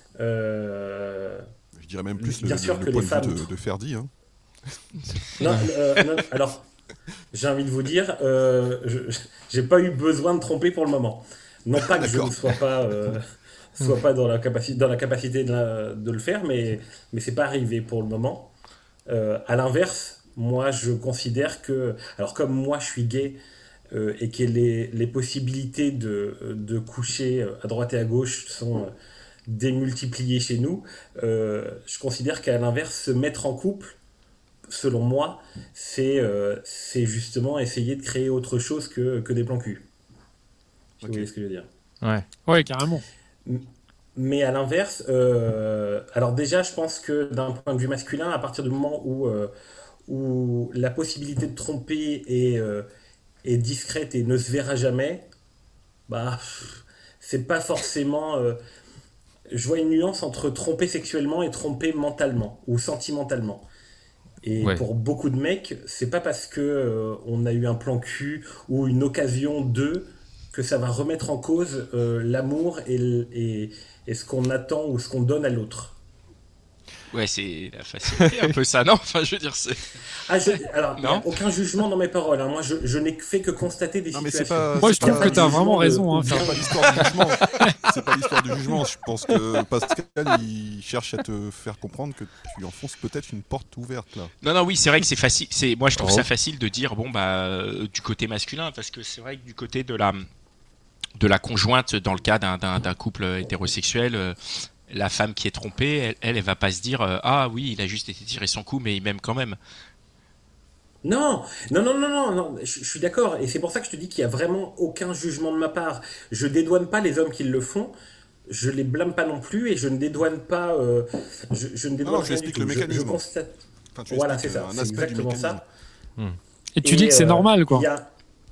Euh, je dirais même plus bien le, sûr le, que le point les de femmes vue de, de Ferdi. Hein. non, euh, non, alors. J'ai envie de vous dire, euh, je j'ai pas eu besoin de tromper pour le moment. Non pas que je ne sois pas, euh, sois pas dans la capacité, dans la capacité de, la, de le faire, mais, mais c'est pas arrivé pour le moment. Euh, à l'inverse, moi je considère que, alors comme moi je suis gay euh, et que les, les possibilités de, de coucher à droite et à gauche sont démultipliées chez nous, euh, je considère qu'à l'inverse, se mettre en couple, selon moi, c'est, euh, c'est justement essayer de créer autre chose que, que des plans cul. Si okay. Vous voyez ce que je veux dire. Ouais, ouais carrément. Mais à l'inverse, euh, alors déjà, je pense que d'un point de vue masculin, à partir du moment où, euh, où la possibilité de tromper est, euh, est discrète et ne se verra jamais, bah, c'est pas forcément... Euh, je vois une nuance entre tromper sexuellement et tromper mentalement ou sentimentalement. Et ouais. Pour beaucoup de mecs, c'est pas parce que euh, on a eu un plan cul ou une occasion de que ça va remettre en cause euh, l'amour et, et, et ce qu'on attend ou ce qu'on donne à l'autre. Ouais, c'est la facilité un peu ça, non? Enfin, je veux dire, c'est... Ah, je, alors, il n'y a aucun jugement dans mes paroles. Hein. Moi, je, je n'ai fait que constater des non, situations. Pas, Moi, je trouve que tu as vraiment raison. Hein, c'est pas l'histoire du jugement. C'est pas l'histoire du jugement. Je pense que Pascal, il cherche à te faire comprendre que tu enfonces peut-être une porte ouverte, là. Non, non, oui, c'est vrai que c'est facile. C'est... Moi, je trouve oh. ça facile de dire, bon, bah, euh, du côté masculin, parce que c'est vrai que du côté de la, de la conjointe, dans le cas d'un, d'un, d'un couple hétérosexuel... Euh, la femme qui est trompée, elle, elle, elle va pas se dire euh, ah oui, il a juste été tiré son coup, mais il m'aime quand même. Non, non, non, non, non, non. Je, je suis d'accord, et c'est pour ça que je te dis qu'il y a vraiment aucun jugement de ma part. Je dédouane pas les hommes qui le font, je les blâme pas non plus, et je ne dédouane pas. Euh, je, je ne dédouane non, non, rien du tout. Le mécanisme. Je, je constate. Enfin, voilà, c'est ça, c'est exactement ça. Hmm. Et tu et dis que c'est euh, normal, quoi. A...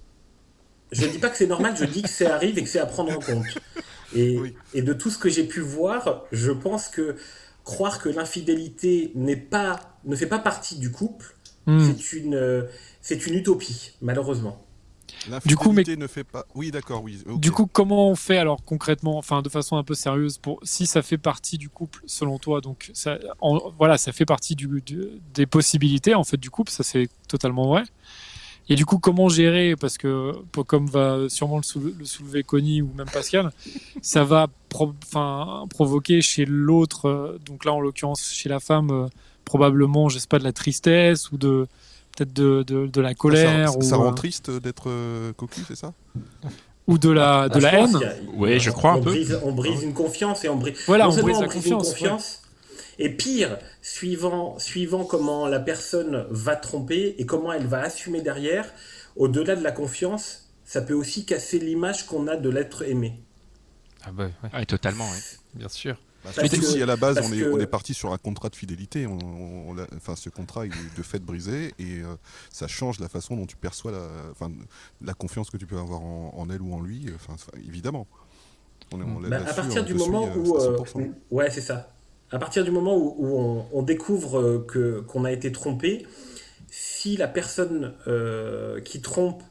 Je dis pas que c'est normal, je dis que ça arrive et que c'est à prendre en compte. Et, oui. et de tout ce que j'ai pu voir, je pense que croire que l'infidélité n'est pas, ne fait pas partie du couple, mmh. c'est, une, c'est une utopie, malheureusement. L'infidélité du coup, mais... ne fait pas... Oui, d'accord, oui. Okay. Du coup, comment on fait alors concrètement, enfin de façon un peu sérieuse, pour si ça fait partie du couple, selon toi, donc ça, en, voilà, ça fait partie du, du, des possibilités en fait du couple, ça c'est totalement vrai. Et du coup, comment gérer, parce que comme va sûrement le, sou- le soulever Connie ou même Pascal, ça va pro- provoquer chez l'autre, euh, donc là en l'occurrence chez la femme, euh, probablement, je sais pas, de la tristesse ou de peut-être de, de, de la colère. Ça, ou, ça rend euh, triste d'être euh, cocu, c'est ça? Ou de la, de ah, la haine. Oui, je crois on un peu. Brise, on brise une confiance et on brise. Voilà, non on brise on la brise confiance. Une confiance ouais. Et pire, suivant, suivant comment la personne va tromper et comment elle va assumer derrière, au-delà de la confiance, ça peut aussi casser l'image qu'on a de l'être aimé. Ah bah ouais, ouais totalement, ouais. Bien sûr. Bah, surtout que, si à la base on est, que... on est parti sur un contrat de fidélité, on, on, on, enfin, ce contrat il est de fait brisé et euh, ça change la façon dont tu perçois la, enfin, la confiance que tu peux avoir en, en elle ou en lui, enfin, évidemment. On est, on bah, à partir du moment suit, où... Euh, ouais, c'est ça. À partir du moment où, où on, on découvre que, qu'on a été trompé, si la personne euh, qui trompe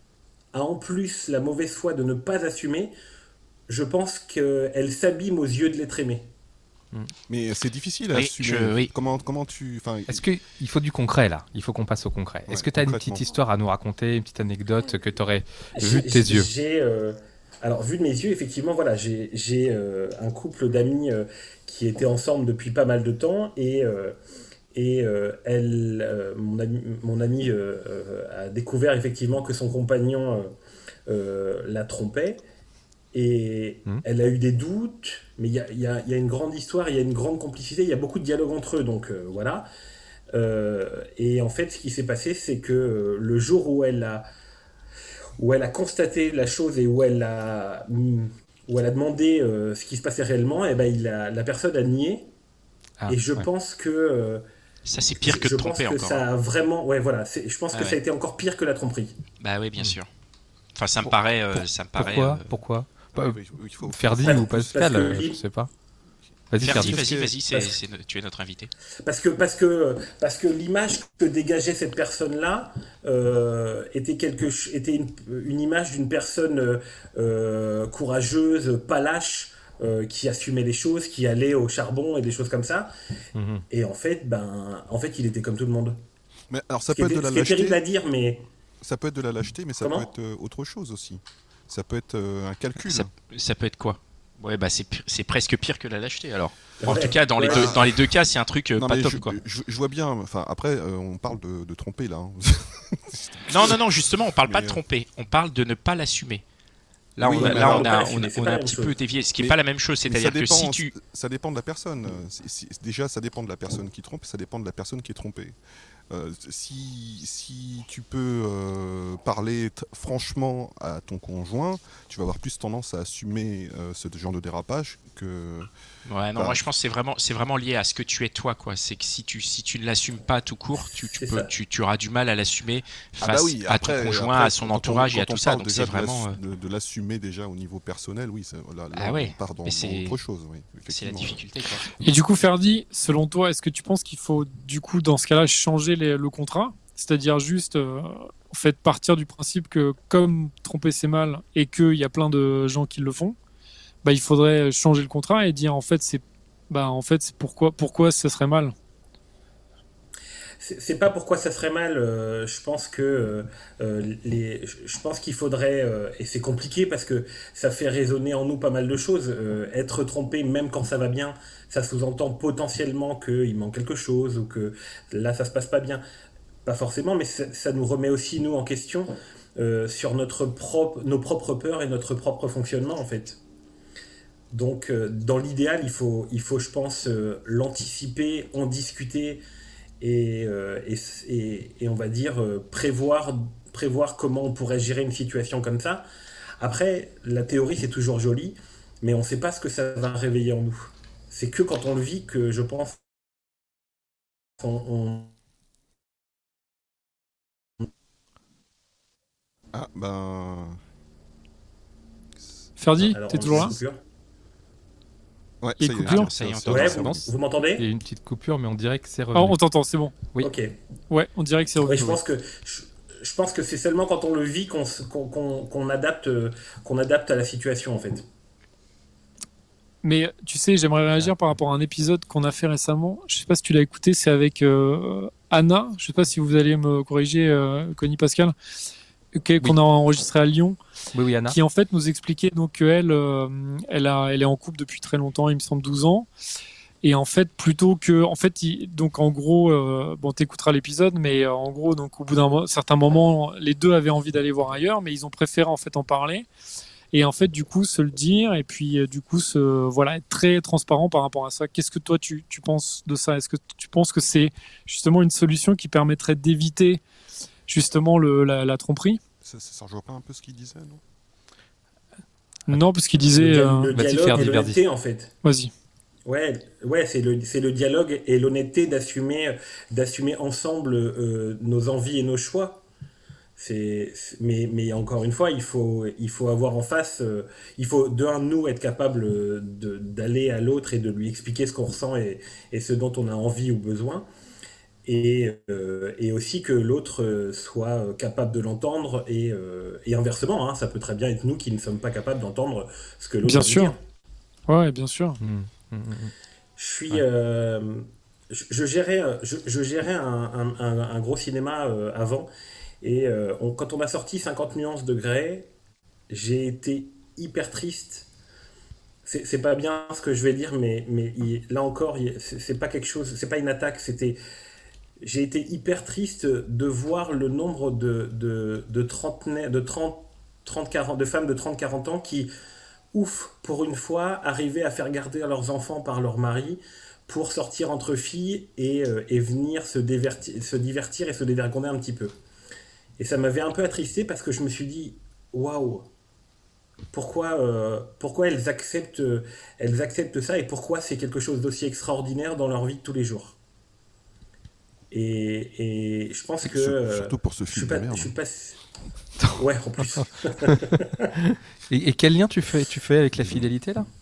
a en plus la mauvaise foi de ne pas assumer, je pense qu'elle s'abîme aux yeux de l'être aimé. Mais c'est difficile à oui, assumer. Je, oui. Comment, comment tu... Est-ce qu'il faut du concret là? Il faut qu'on passe au concret. Ouais, est-ce que tu as une petite histoire à nous raconter, une petite anecdote que tu aurais vue de tes j'ai, yeux? J'ai... Euh... Alors, vu de mes yeux, effectivement, voilà, j'ai, j'ai euh, un couple d'amis euh, qui étaient ensemble depuis pas mal de temps et, euh, et euh, elle, euh, mon ami, mon ami euh, euh, a découvert effectivement que son compagnon euh, euh, la trompait et mmh. elle a eu des doutes, mais il y a, y, a, y a une grande histoire, il y a une grande complicité, il y a beaucoup de dialogue entre eux, donc euh, voilà. Euh, et en fait, ce qui s'est passé, c'est que euh, le jour où elle a où elle a constaté la chose et où elle a, où elle a demandé euh, ce qui se passait réellement, et ben il a, la personne a nié. Ah, et je ouais. pense que euh, Ça, c'est pire que je de tromper pense que encore. ça a vraiment, ouais voilà, c'est, je pense Ah que ouais. ça a été encore pire que la tromperie. Bah oui, bien sûr. Enfin, ça me Pour- paraît... euh, pour- ça me paraît Pourquoi euh, Pourquoi Ouais, Bah, mais il faut- Ferdi Parce- ou Pascal, parce que euh, lui- je sais pas. Vas-y, Ferdi, Ferdi. vas-y, vas-y, c'est, Parce- c'est no- tu es notre invité. Parce que, parce que, parce que l'image que dégageait cette personne-là euh, était, quelque, ch- était une, une image d'une personne euh, euh, courageuse, pas lâche, euh, qui assumait les choses, qui allait au charbon et des choses comme ça. Mhm. Et en fait, ben, en fait, il était comme tout le monde. Mais alors ça Ce qui peut est, être de la ce qui est terrible lâcheté, à dire, mais ça peut être de la lâcheté, mais ça Comment peut être euh, autre chose aussi. Ça peut être euh, un calcul. Ça, ça peut être quoi? Ouais, bah c'est, pi- c'est presque pire que la lâcheté alors. En Ouais. tout cas, dans les, Ouais. deux, dans les deux cas, c'est un truc euh, Non, pas mais top je, quoi. je- je vois bien. Enfin, après, euh, on parle de, de tromper là. hein. Non, non, non, justement, on parle pas Mais, de euh, tromper, on parle de ne pas l'assumer. Là, Oui, on a, mais là, alors, on ne a, pas on l'assumer, a- c'est on pas a la un même petit chose. peu dévié, ce qui est Mais- pas la même chose. Mais C'est-à-dire ça que si dépend, tu. ça dépend de la personne. C'est- c'est- déjà, ça dépend de la personne qui trompe, ça dépend de la personne qui est trompée. Euh, si, si tu peux euh, parler t- franchement à ton conjoint, tu vas avoir plus tendance à assumer euh, ce genre de dérapage que... Ouais, non, Enfin, moi je pense que c'est vraiment, c'est vraiment lié à ce que tu es toi, quoi. C'est que si tu, si tu ne l'assumes pas tout court, tu, tu, C'est peux, ça. tu, tu auras du mal à l'assumer Ah face bah oui, à après- ton conjoint, après, à son quand on- entourage et à quand on tout ça. parle Donc déjà c'est de l'ass- vraiment. euh, de, de l'assumer déjà au niveau personnel, oui, ça- là, là, Ah on ouais, part dans, mais dans c'est- autre chose. Oui, c'est la effectivement. difficulté, quoi. Et du coup, Ferdi, selon toi, est-ce que tu penses qu'il faut, du coup, dans ce cas-là, changer les- le contrat? C'est-à-dire juste, euh, en fait, partir du principe que comme tromper c'est mal et qu'il y a plein de gens qui le font, bah, il faudrait changer le contrat et dire, en fait, c'est bah, en fait, c'est pourquoi, pourquoi ça serait mal? c'est c'est pas pourquoi ça serait mal. euh, je pense que euh, les, je je pense qu'il faudrait, euh, et c'est compliqué parce que ça fait résonner en nous pas mal de choses. Euh, être trompé, même quand ça va bien, ça sous-entend potentiellement qu'il manque quelque chose ou que là ça se passe pas bien. Pas forcément, mais ça, ça nous remet aussi nous en question euh, sur notre propre, nos propres peurs et notre propre fonctionnement en fait. Donc, euh, dans l'idéal, il faut, il faut, je pense, euh, l'anticiper, en discuter et, euh, et, et, et on va dire euh, prévoir, prévoir comment on pourrait gérer une situation comme ça. Après, la théorie, c'est toujours joli, mais on ne sait pas ce que ça va réveiller en nous. C'est que quand on le vit que, je pense, on... on... Ah, ben... Ferdi, Alors, t'es on- toujours là? coupure. Ouais, Et ça y est, coupure Ça y est, on ça- t'entend. Ouais, ça vous, avance. vous m'entendez? Il y a eu une petite coupure, mais on dirait que c'est Ah, revenu. on t'entend, c'est bon. Oui. Ok. Ouais, on dirait que c'est Ouais, revenu. je pense que je, je pense que c'est seulement quand on le vit qu'on se- qu'on qu'on- qu'on adapte euh, qu'on adapte à la situation en fait. Mais tu sais, j'aimerais réagir par rapport à un épisode qu'on a fait récemment. Je sais pas si tu l'as écouté, c'est avec euh, Anna. Je sais pas si vous allez me corriger, euh, Connie Pascal, que- qu'on a enregistré à Lyon, Oui, oui, Anna. qui en fait nous expliquait donc qu'elle, euh, elle a, elle est en couple depuis très longtemps, il me semble douze ans. Et en fait, plutôt que, en fait, il- donc en gros, euh, bon, t'écouteras l'épisode, mais euh, en gros, donc au bout d'un mo- certain moment, les deux avaient envie d'aller voir ailleurs, mais ils ont préféré en fait en parler. Et en fait, du coup, se le dire, et puis euh, du coup, se, voilà, être très transparent par rapport à ça. Qu'est-ce que toi, tu, tu penses de ça? Est-ce que tu penses que c'est justement une solution qui permettrait d'éviter justement le, la, la tromperie? Ça, ça, ça rejoint pas un peu ce qu'il disait, non? Non, parce qu'il disait... Le, dia- euh, le Vas-y, dialogue Ferdi, et Ferdi. l'honnêteté en fait. Vas-y. Ouais, ouais, c'est le c'est le dialogue et l'honnêteté d'assumer d'assumer ensemble euh, nos envies et nos choix. C'est c'est- mais mais encore une fois, il faut il faut avoir en face euh, il faut de un nous être capable euh, de d'aller à l'autre et de lui expliquer ce qu'on ressent et et ce dont on a envie ou besoin. Et, euh, et aussi que l'autre euh, soit euh, capable de l'entendre et, euh, et inversement, hein, ça peut très bien être nous qui ne sommes pas capables d'entendre ce que l'autre Bien a à nous sûr. dire. Ouais, bien sûr. Mmh, mmh, mmh. Je suis, Ouais. euh, je, je gérais, je, je gérais un, un- un- un gros cinéma euh, avant et euh, on- quand on a sorti cinquante nuances de Grey, j'ai été hyper triste. C'est c'est pas bien ce que je vais dire, mais, mais il- là encore, il- c'est c'est pas quelque chose, c'est pas une attaque, c'était. J'ai été hyper triste de voir le nombre de, de, de, trentenaires- de trente, trente, quarante, de femmes de trente quarante ans qui, ouf, pour une fois, arrivaient à faire garder leurs enfants par leur mari pour sortir entre filles et, euh, et venir se, déverti- se divertir et se dévergonder un petit peu. Et ça m'avait un peu attristé parce que je me suis dit, waouh, pourquoi, euh, pourquoi elles acceptent, elles acceptent ça et pourquoi c'est quelque chose d'aussi extraordinaire dans leur vie de tous les jours. Et, et je pense que Sur- surtout pour ce je suis film pas, de merde. je suis pas. Ouais, en plus. Et, et quel lien tu fais, tu fais avec la fidélité là?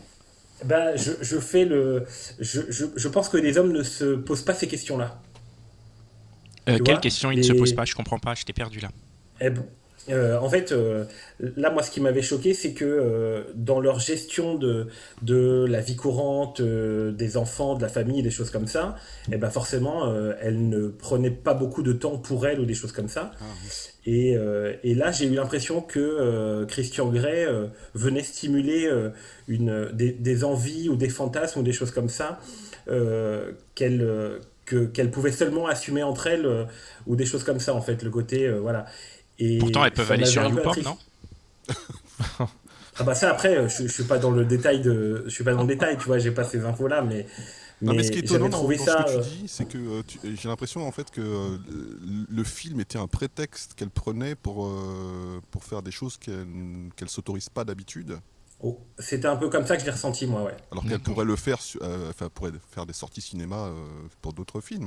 Ben, je, je fais le. Je, je, je pense que les hommes ne se posent pas ces questions-là. Euh, Tu quelle vois, question il ne les- se pose pas? Je comprends pas, j'étais perdu là. Eh ben, euh, en fait, euh, là, moi, ce qui m'avait choqué, c'est que euh, dans leur gestion de, de la vie courante, euh, des enfants, de la famille, des choses comme ça, eh ben forcément, euh, elles ne prenaient pas beaucoup de temps pour elles ou des choses comme ça. Ah, oui. Et, euh, et là, j'ai eu l'impression que euh, Christian Grey euh, venait stimuler euh, une, des, des envies ou des fantasmes ou des choses comme ça euh, qu'elle euh, que, qu'elle pouvait seulement assumer entre elles euh, ou des choses comme ça, en fait, le côté, euh, voilà. Et Pourtant, elles peuvent ça aller m'avait sur un peu YouPorn, attristé. non? Ah bah ça, après, euh, je, je suis pas dans le détail de, je suis pas dans le détail, tu vois, j'ai pas ces infos-là, mais, Non, mais, mais ce qui est étonnant j'avais dans, trouvé dans ça... ce que euh, tu dis, c'est que euh, tu- j'ai l'impression en fait que euh, le film était un prétexte qu'elle prenait pour, euh, pour faire des choses qu'elle qu'elle s'autorise pas d'habitude, oh, c'était un peu comme ça que je l'ai ressenti, moi, ouais. alors qu'elle D'accord. pourrait le faire, su- euh, enfin pourrait faire des sorties cinéma euh, pour d'autres films.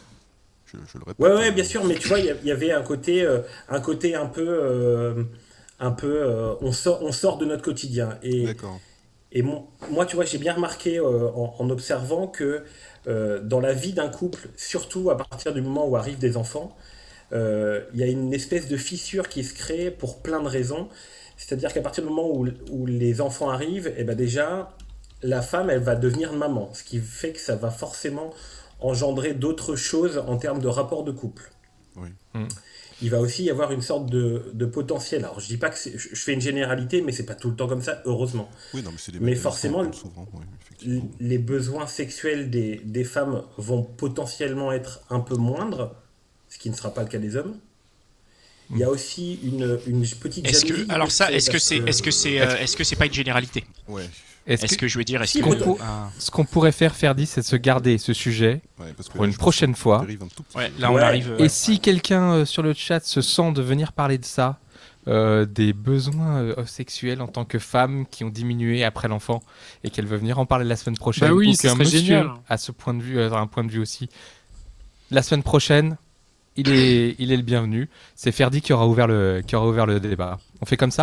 Je, je le répète. Ouais, ouais, euh, bien sûr, mais tu vois, il y a- il y avait un côté, euh, un côté un peu, euh, un peu, euh, on sort, on sort de notre quotidien. Et, D'accord. et mon- moi, tu vois, j'ai bien remarqué euh, en, en observant que euh, dans la vie d'un couple, surtout à partir du moment où arrivent des enfants, euh, il y a une espèce de fissure qui se crée pour plein de raisons. C'est-à-dire qu'à partir du moment où, où les enfants arrivent, et ben déjà, la femme, elle va devenir maman, ce qui fait que ça va forcément engendrer d'autres choses en termes de rapport de couple. Oui. Mm. Il va aussi y avoir une sorte de, de potentiel. Alors, je dis pas que c'est- je je fais une généralité, mais c'est pas tout le temps comme ça, heureusement. Oui, non, mais c'est des Mais mécanismes forcément, qu'on trouve souvent, oui, effectivement. L- Les besoins sexuels des, des femmes vont potentiellement être un peu moindres, ce qui ne sera pas le cas des hommes. Il y a aussi une, une petite Est-ce jalousie que, alors ça, parce est-ce que c'est, est-ce que c'est, euh, est-ce que c'est pas une généralité? Ouais. Est-ce Est-ce que, que je veux dire, est-ce Si, que mais pour- Ah. ce qu'on pourrait faire, Ferdi, c'est de se garder ce sujet Ouais, parce que pour là, une je pense prochaine qu'on fois. dérive un tout petit Ouais, peu. là on Ouais. arrive. Et ouais. si quelqu'un euh, sur le chat se sent de venir parler de ça, euh, des besoins euh, sexuels en tant que femme qui ont diminué après l'enfant et qu'elle veut venir en parler la semaine prochaine, Bah oui, ou ce qu'un serait monsieur génial. a ce point de vue, a un point de vue aussi, la semaine prochaine, il est, il est le bienvenu. C'est Ferdi qui aura ouvert le, qui aura ouvert le débat. On fait comme ça?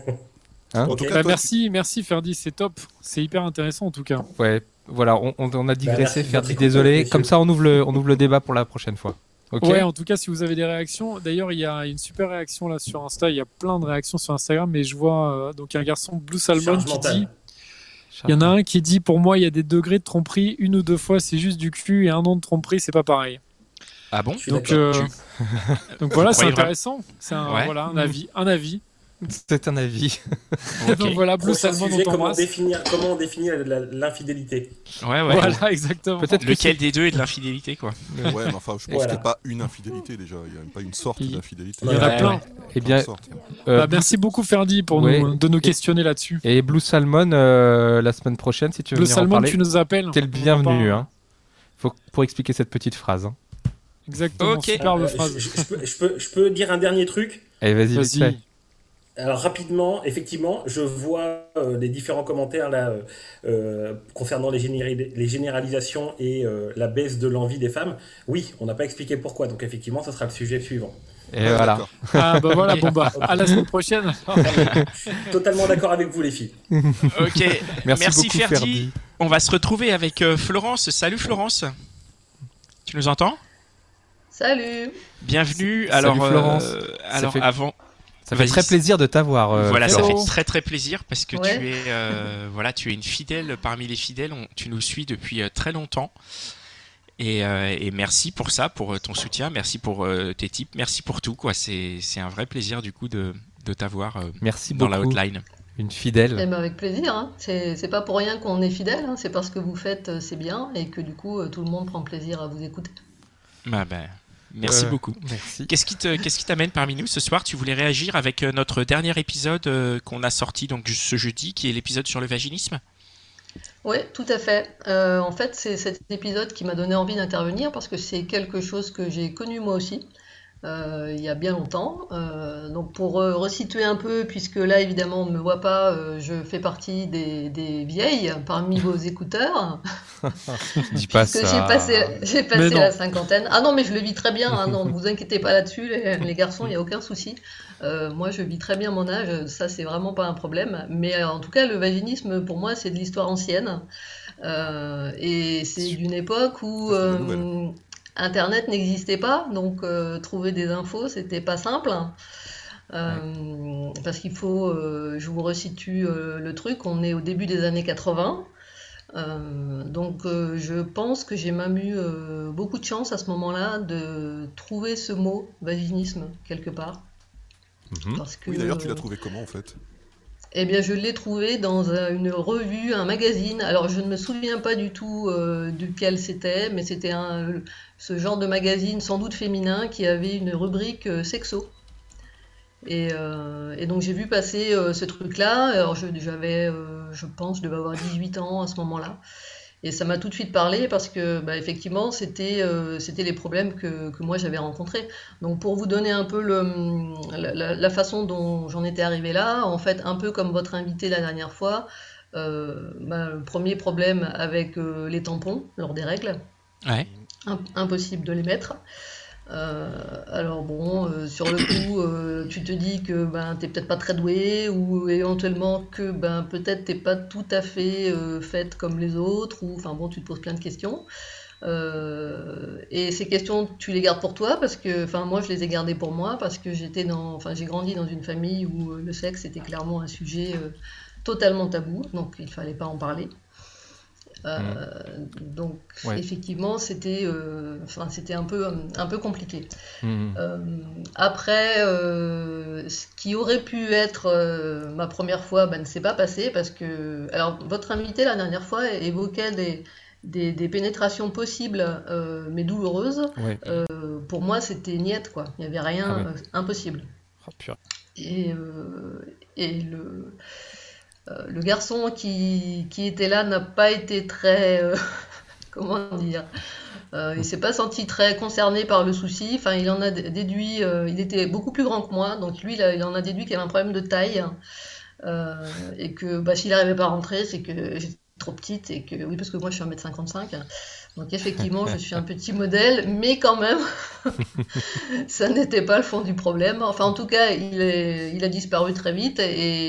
Hein En tout Ok. cas, Bah, toi, merci, merci Ferdi, c'est top. C'est hyper intéressant en tout cas. Ouais, voilà, on, on- on a digressé, Bah, merci de Ferdi, votre écoute, désolé. messieurs. Comme ça, on ouvre le, on ouvre le débat pour la prochaine fois. Ok. Ouais, en tout cas, si vous avez des réactions, d'ailleurs, il y a une super réaction là sur Insta. Il y a plein de réactions sur Instagram, mais je vois euh, donc un garçon Blue Salmon Charge qui mentale. dit. Il y en a un qui dit pour moi, il y a des degrés de tromperie. Une ou deux fois, c'est juste du cul, et un an de tromperie, c'est pas pareil. Ah bon? Je suis Donc, d'accord. euh, donc voilà, c'est croyez vraiment- intéressant. C'est un, Ouais. voilà, un avis, un avis. C'est un avis. Ok. Donc voilà, Blue Prochain Salmon, sujet, on comment t'embrasse. définir, comment on définit la- la- l'infidélité. Ouais, ouais. Voilà, exactement. Peut-être que Lequel des deux est de l'infidélité, quoi? Ouais, mais enfin, je pense Voilà. qu'il n'y a pas une infidélité déjà. Il n'y a pas une sorte Il- d'infidélité. Il y en a Ouais, plein. ouais. Eh bien, Plein de sortes. euh, Bah, merci beaucoup Ferdi pour Ouais. nous, de nous questionner là-dessus. et Blue Salmon, euh, la semaine prochaine, si tu veux Blue venir en Salmon, parler, tu nous appelles. t'es le On en bienvenu. parle. Hein. Faut, pour expliquer cette petite phrase. Hein. Exactement, Ok. superbe Euh, phrase. je, je peux, je peux- je peux dire un dernier truc. Allez, vas-y, vite fait. Vas-y. Alors rapidement, effectivement, je vois euh, les différents commentaires là euh, euh, concernant les, généri- les généralisations et euh, la baisse de l'envie des femmes. Oui, on n'a pas expliqué pourquoi, donc effectivement, ce sera le sujet suivant. Et Ouais, voilà. d'accord. Ah bah voilà, Ok. bon bah, à la semaine prochaine. Je suis totalement d'accord avec vous, les filles. Ok. Merci, Merci, beaucoup, Ferdi. Ferdi. On va se retrouver avec euh, Florence. Salut Florence. Tu nous entends? Salut. Bienvenue. Salut, Alors, Florence. euh, Ça alors fait- avant. Ça fait Vas-y. très plaisir de t'avoir. euh, Voilà, ça Florence. fait très très plaisir parce que Ouais. tu es, euh, voilà, tu es une fidèle parmi les fidèles. On- tu nous suis depuis euh, très longtemps. Et, euh, et merci pour ça, pour euh, ton soutien, merci pour euh, tes tips, merci pour tout, quoi. C'est, c'est un vrai plaisir du coup de, de t'avoir euh, Merci dans beaucoup. la hotline. Une Eh fidèle. ben, avec plaisir. Hein. C'est c'est pas pour rien qu'on est fidèle. Hein. C'est parce que vous faites, euh, c'est bien, et que du coup, euh, tout le monde prend plaisir à vous écouter. Bah, ben, merci Euh, beaucoup. Merci. Qu'est-ce qui, te, qu'est-ce qui t'amène parmi nous ce soir? Tu voulais réagir avec euh, notre dernier épisode euh, qu'on a sorti donc ce jeudi, qui est l'épisode sur le vaginisme? Oui, tout à fait. Euh, en fait, c'est cet épisode qui m'a donné envie d'intervenir parce que c'est quelque chose que j'ai connu moi aussi. euh, il y a bien longtemps. Euh, donc pour euh, resituer un peu, puisque là évidemment on ne me voit pas, euh, je fais partie des, des vieilles parmi vos écouteurs. Dis pas Puisque ça. j'ai passé, j'ai Mais passé non. la cinquantaine. Ah non, mais je le vis très bien, hein, non, ne vous inquiétez pas là-dessus, les, les garçons, il n'y a aucun souci. Euh, moi, je vis très bien mon âge, ça, c'est vraiment pas un problème. Mais euh, en tout cas, le vaginisme, pour moi, c'est de l'histoire ancienne. Euh, et c'est d'une époque où Ça, c'est la euh, nouvelle. Internet n'existait pas, donc euh, trouver des infos, c'était pas simple. Euh, Parce qu'il faut, euh, je vous resitue euh, le truc, on est au début des années quatre-vingts. Euh, donc euh, je pense que j'ai même eu euh, beaucoup de chance à ce moment-là de trouver ce mot, vaginisme, quelque part. Mhm. Parce que, Oui, d'ailleurs, tu euh, l'as trouvé comment en fait? eh bien, je l'ai trouvé dans un- une revue, un magazine. Alors, je ne me souviens pas du tout euh, duquel c'était, mais c'était un, ce genre de magazine, sans doute féminin, qui avait une rubrique euh, sexo. Et, euh, et donc, j'ai vu passer euh, ce truc-là. Alors, je- j'avais, euh, je pense, je devais avoir dix-huit ans à ce moment-là. Et ça m'a tout de suite parlé parce que, bah, effectivement, c'était euh, c'était les problèmes que, que moi j'avais rencontrés. Donc, pour vous donner un peu le, la, la- la façon dont j'en étais arrivée là, en fait, un peu comme votre invité la dernière fois, euh, bah, le premier problème avec euh, les tampons lors des règles, Ouais. im- impossible de les mettre. Euh, alors bon, euh, sur le coup, euh, tu te dis que ben t'es peut-être pas très doué ou éventuellement que ben peut-être t'es pas tout à fait euh, faite comme les autres ou enfin bon, tu te poses plein de questions. Euh, et ces questions, tu les gardes pour toi parce que, enfin moi je les ai gardées pour moi parce que j'étais dans, enfin j'ai grandi dans une famille où euh, le sexe était clairement un sujet euh, totalement tabou, donc il fallait pas en parler. Euh, donc Ouais. effectivement c'était euh, enfin, c'était un peu, un peu compliqué. Mhm. Euh, après, euh, ce qui aurait pu être euh, ma première fois ben, ne s'est pas passé parce que alors votre invité la dernière fois évoquait des, des, des pénétrations possibles euh, mais douloureuses. Ouais. Euh, pour moi c'était niette quoi, il n'y avait rien Ah ouais. euh, impossible. Oh, purée. Et, euh, et le, euh, le garçon qui, qui était là n'a pas été très euh, comment dire, euh, il s'est pas senti très concerné par le souci. Enfin, il en a dé- déduit, euh, il était beaucoup plus grand que moi, donc lui, il, a- il en a déduit qu'il y avait un problème de taille euh, et que bah, s'il n'arrivait pas à rentrer, c'est que j'étais trop petite et que oui, parce que moi je suis un mètre cinquante-cinq, donc effectivement, je suis un petit modèle, mais quand même, ça n'était pas le fond du problème. Enfin, en tout cas, il, est, il a disparu très vite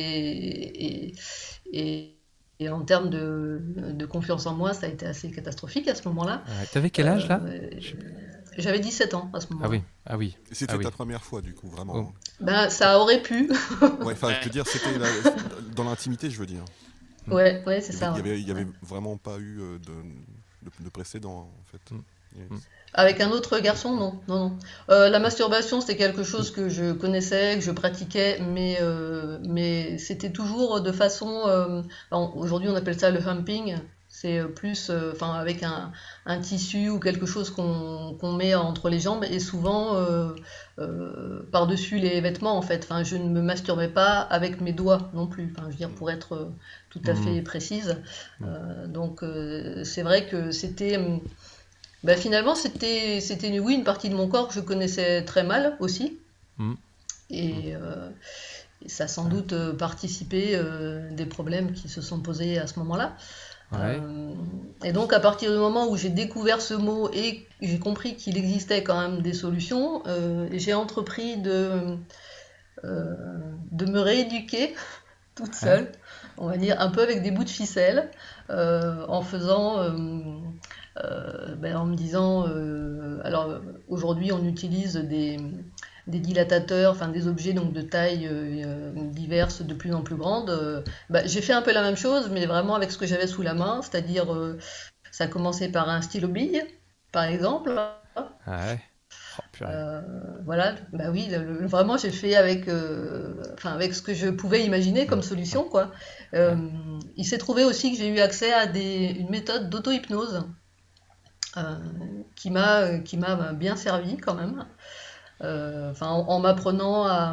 et, et, et, et en termes de, de confiance en moi, ça a été assez catastrophique à ce moment-là. Ouais. T'avais quel âge là? Euh, J'avais dix-sept ans à ce Ah moment-là. oui, ah oui. Et c'était Ah oui. ta première fois du coup, vraiment. Oh. Ben, ça aurait pu. Ouais, enfin, je veux dire, c'était la- dans l'intimité, je veux dire. Ouais, ouais, c'est Il y ça. avait, il y ouais. avait, il y avait vraiment pas eu euh, de, de, de précédent en fait. Mm. Yes. Mm. Avec un autre garçon, non, non, non. Euh, la masturbation, c'était quelque chose que je connaissais, que je pratiquais, mais, euh, mais c'était toujours de façon. euh, alors, aujourd'hui, on appelle ça le humping. C'est euh, plus, euh, enfin, avec un, un tissu ou quelque chose qu'on qu'on met entre les jambes et souvent euh, euh, par-dessus les vêtements, en fait. Enfin, je ne me masturbais pas avec mes doigts non plus. Enfin, je veux dire, pour être euh, tout à Mhm. fait précise. Euh, donc, euh, c'est vrai que c'était. hum, bah, finalement, c'était, c'était oui, une partie de mon corps que je connaissais très mal aussi. Mm. Et, euh, et ça a sans doute euh, participé euh, des problèmes qui se sont posés à ce moment-là. Ouais. Euh, et donc, à partir du moment où j'ai découvert ce mot et que j'ai compris qu'il existait quand même des solutions, euh, j'ai entrepris de, euh, de me rééduquer toute seule, on va dire, un peu avec des bouts de ficelle, euh, en faisant, euh, euh, ben, en me disant, euh, alors aujourd'hui on utilise des, des dilatateurs, enfin des objets donc de taille euh, diverses, de plus en plus grandes. Euh, ben, j'ai fait un peu la même chose, mais vraiment avec ce que j'avais sous la main, c'est-à-dire, euh, ça a commencé par un stylo bille, par exemple. Ouais. Oh, purée. Euh, voilà, bah oui, le- le- vraiment j'ai fait avec, euh, enfin, avec ce que je pouvais imaginer comme solution, quoi. Euh, il s'est trouvé aussi que j'ai eu accès à des, une méthode d'auto-hypnose euh, qui m'a, qui m'a bien servi quand même. Euh, enfin, en, en m'apprenant à,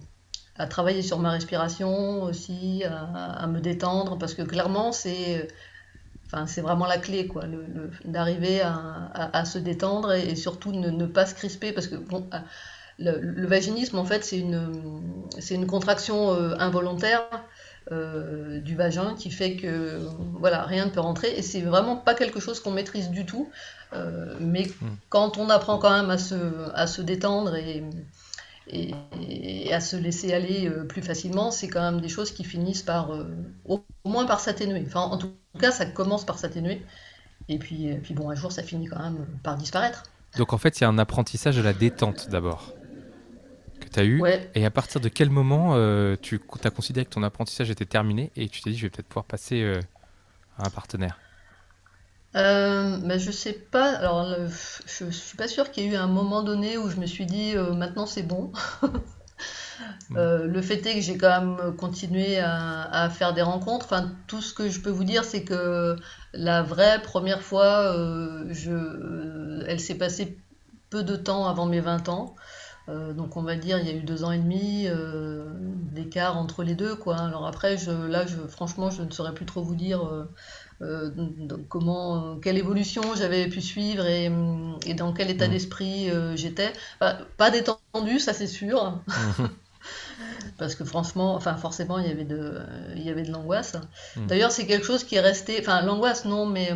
à travailler sur ma respiration aussi, à, à me détendre, parce que clairement c'est, enfin, c'est vraiment la clé, quoi, le, le- d'arriver à, à- à se détendre et, et surtout ne, ne pas se crisper, parce que bon, le, le vaginisme, en fait, c'est une, c'est une contraction euh, involontaire euh, du vagin qui fait que voilà, rien ne peut rentrer. Et c'est vraiment pas quelque chose qu'on maîtrise du tout. Euh, mais mmh. quand on apprend quand même à se, à se détendre et, et, et à se laisser aller euh, plus facilement, c'est quand même des choses qui finissent par, euh, au, au moins par s'atténuer. Enfin, en tout cas, ça commence par s'atténuer. Et puis, et puis bon, un jour, ça finit quand même par disparaître. Donc en fait, il y a un apprentissage de la détente d'abord que tu as eu. Ouais. Et à partir de quel moment euh, tu as considéré que ton apprentissage était terminé et tu t'es dit, je vais peut-être pouvoir passer euh, à un partenaire? Euh, ben je sais pas. Alors, le, je, je suis pas sûre qu'il y ait eu un moment donné où je me suis dit euh, maintenant c'est bon. euh, le fait est que j'ai quand même continué à, à faire des rencontres. Enfin, tout ce que je peux vous dire, c'est que la vraie première fois, euh, je, euh, elle s'est passée peu de temps avant mes vingt ans. Euh, donc on va dire il y a eu deux ans et demi euh, d'écart entre les deux, quoi. Alors après, je, là, je, franchement, je ne saurais plus trop vous dire. Euh, Euh, donc comment, quelle évolution j'avais pu suivre et, et dans quel état d'esprit euh, j'étais. Enfin, pas détendu, ça c'est sûr, parce que franchement, enfin forcément il y avait de, il y avait de l'angoisse. D'ailleurs c'est quelque chose qui est resté, enfin l'angoisse non, mais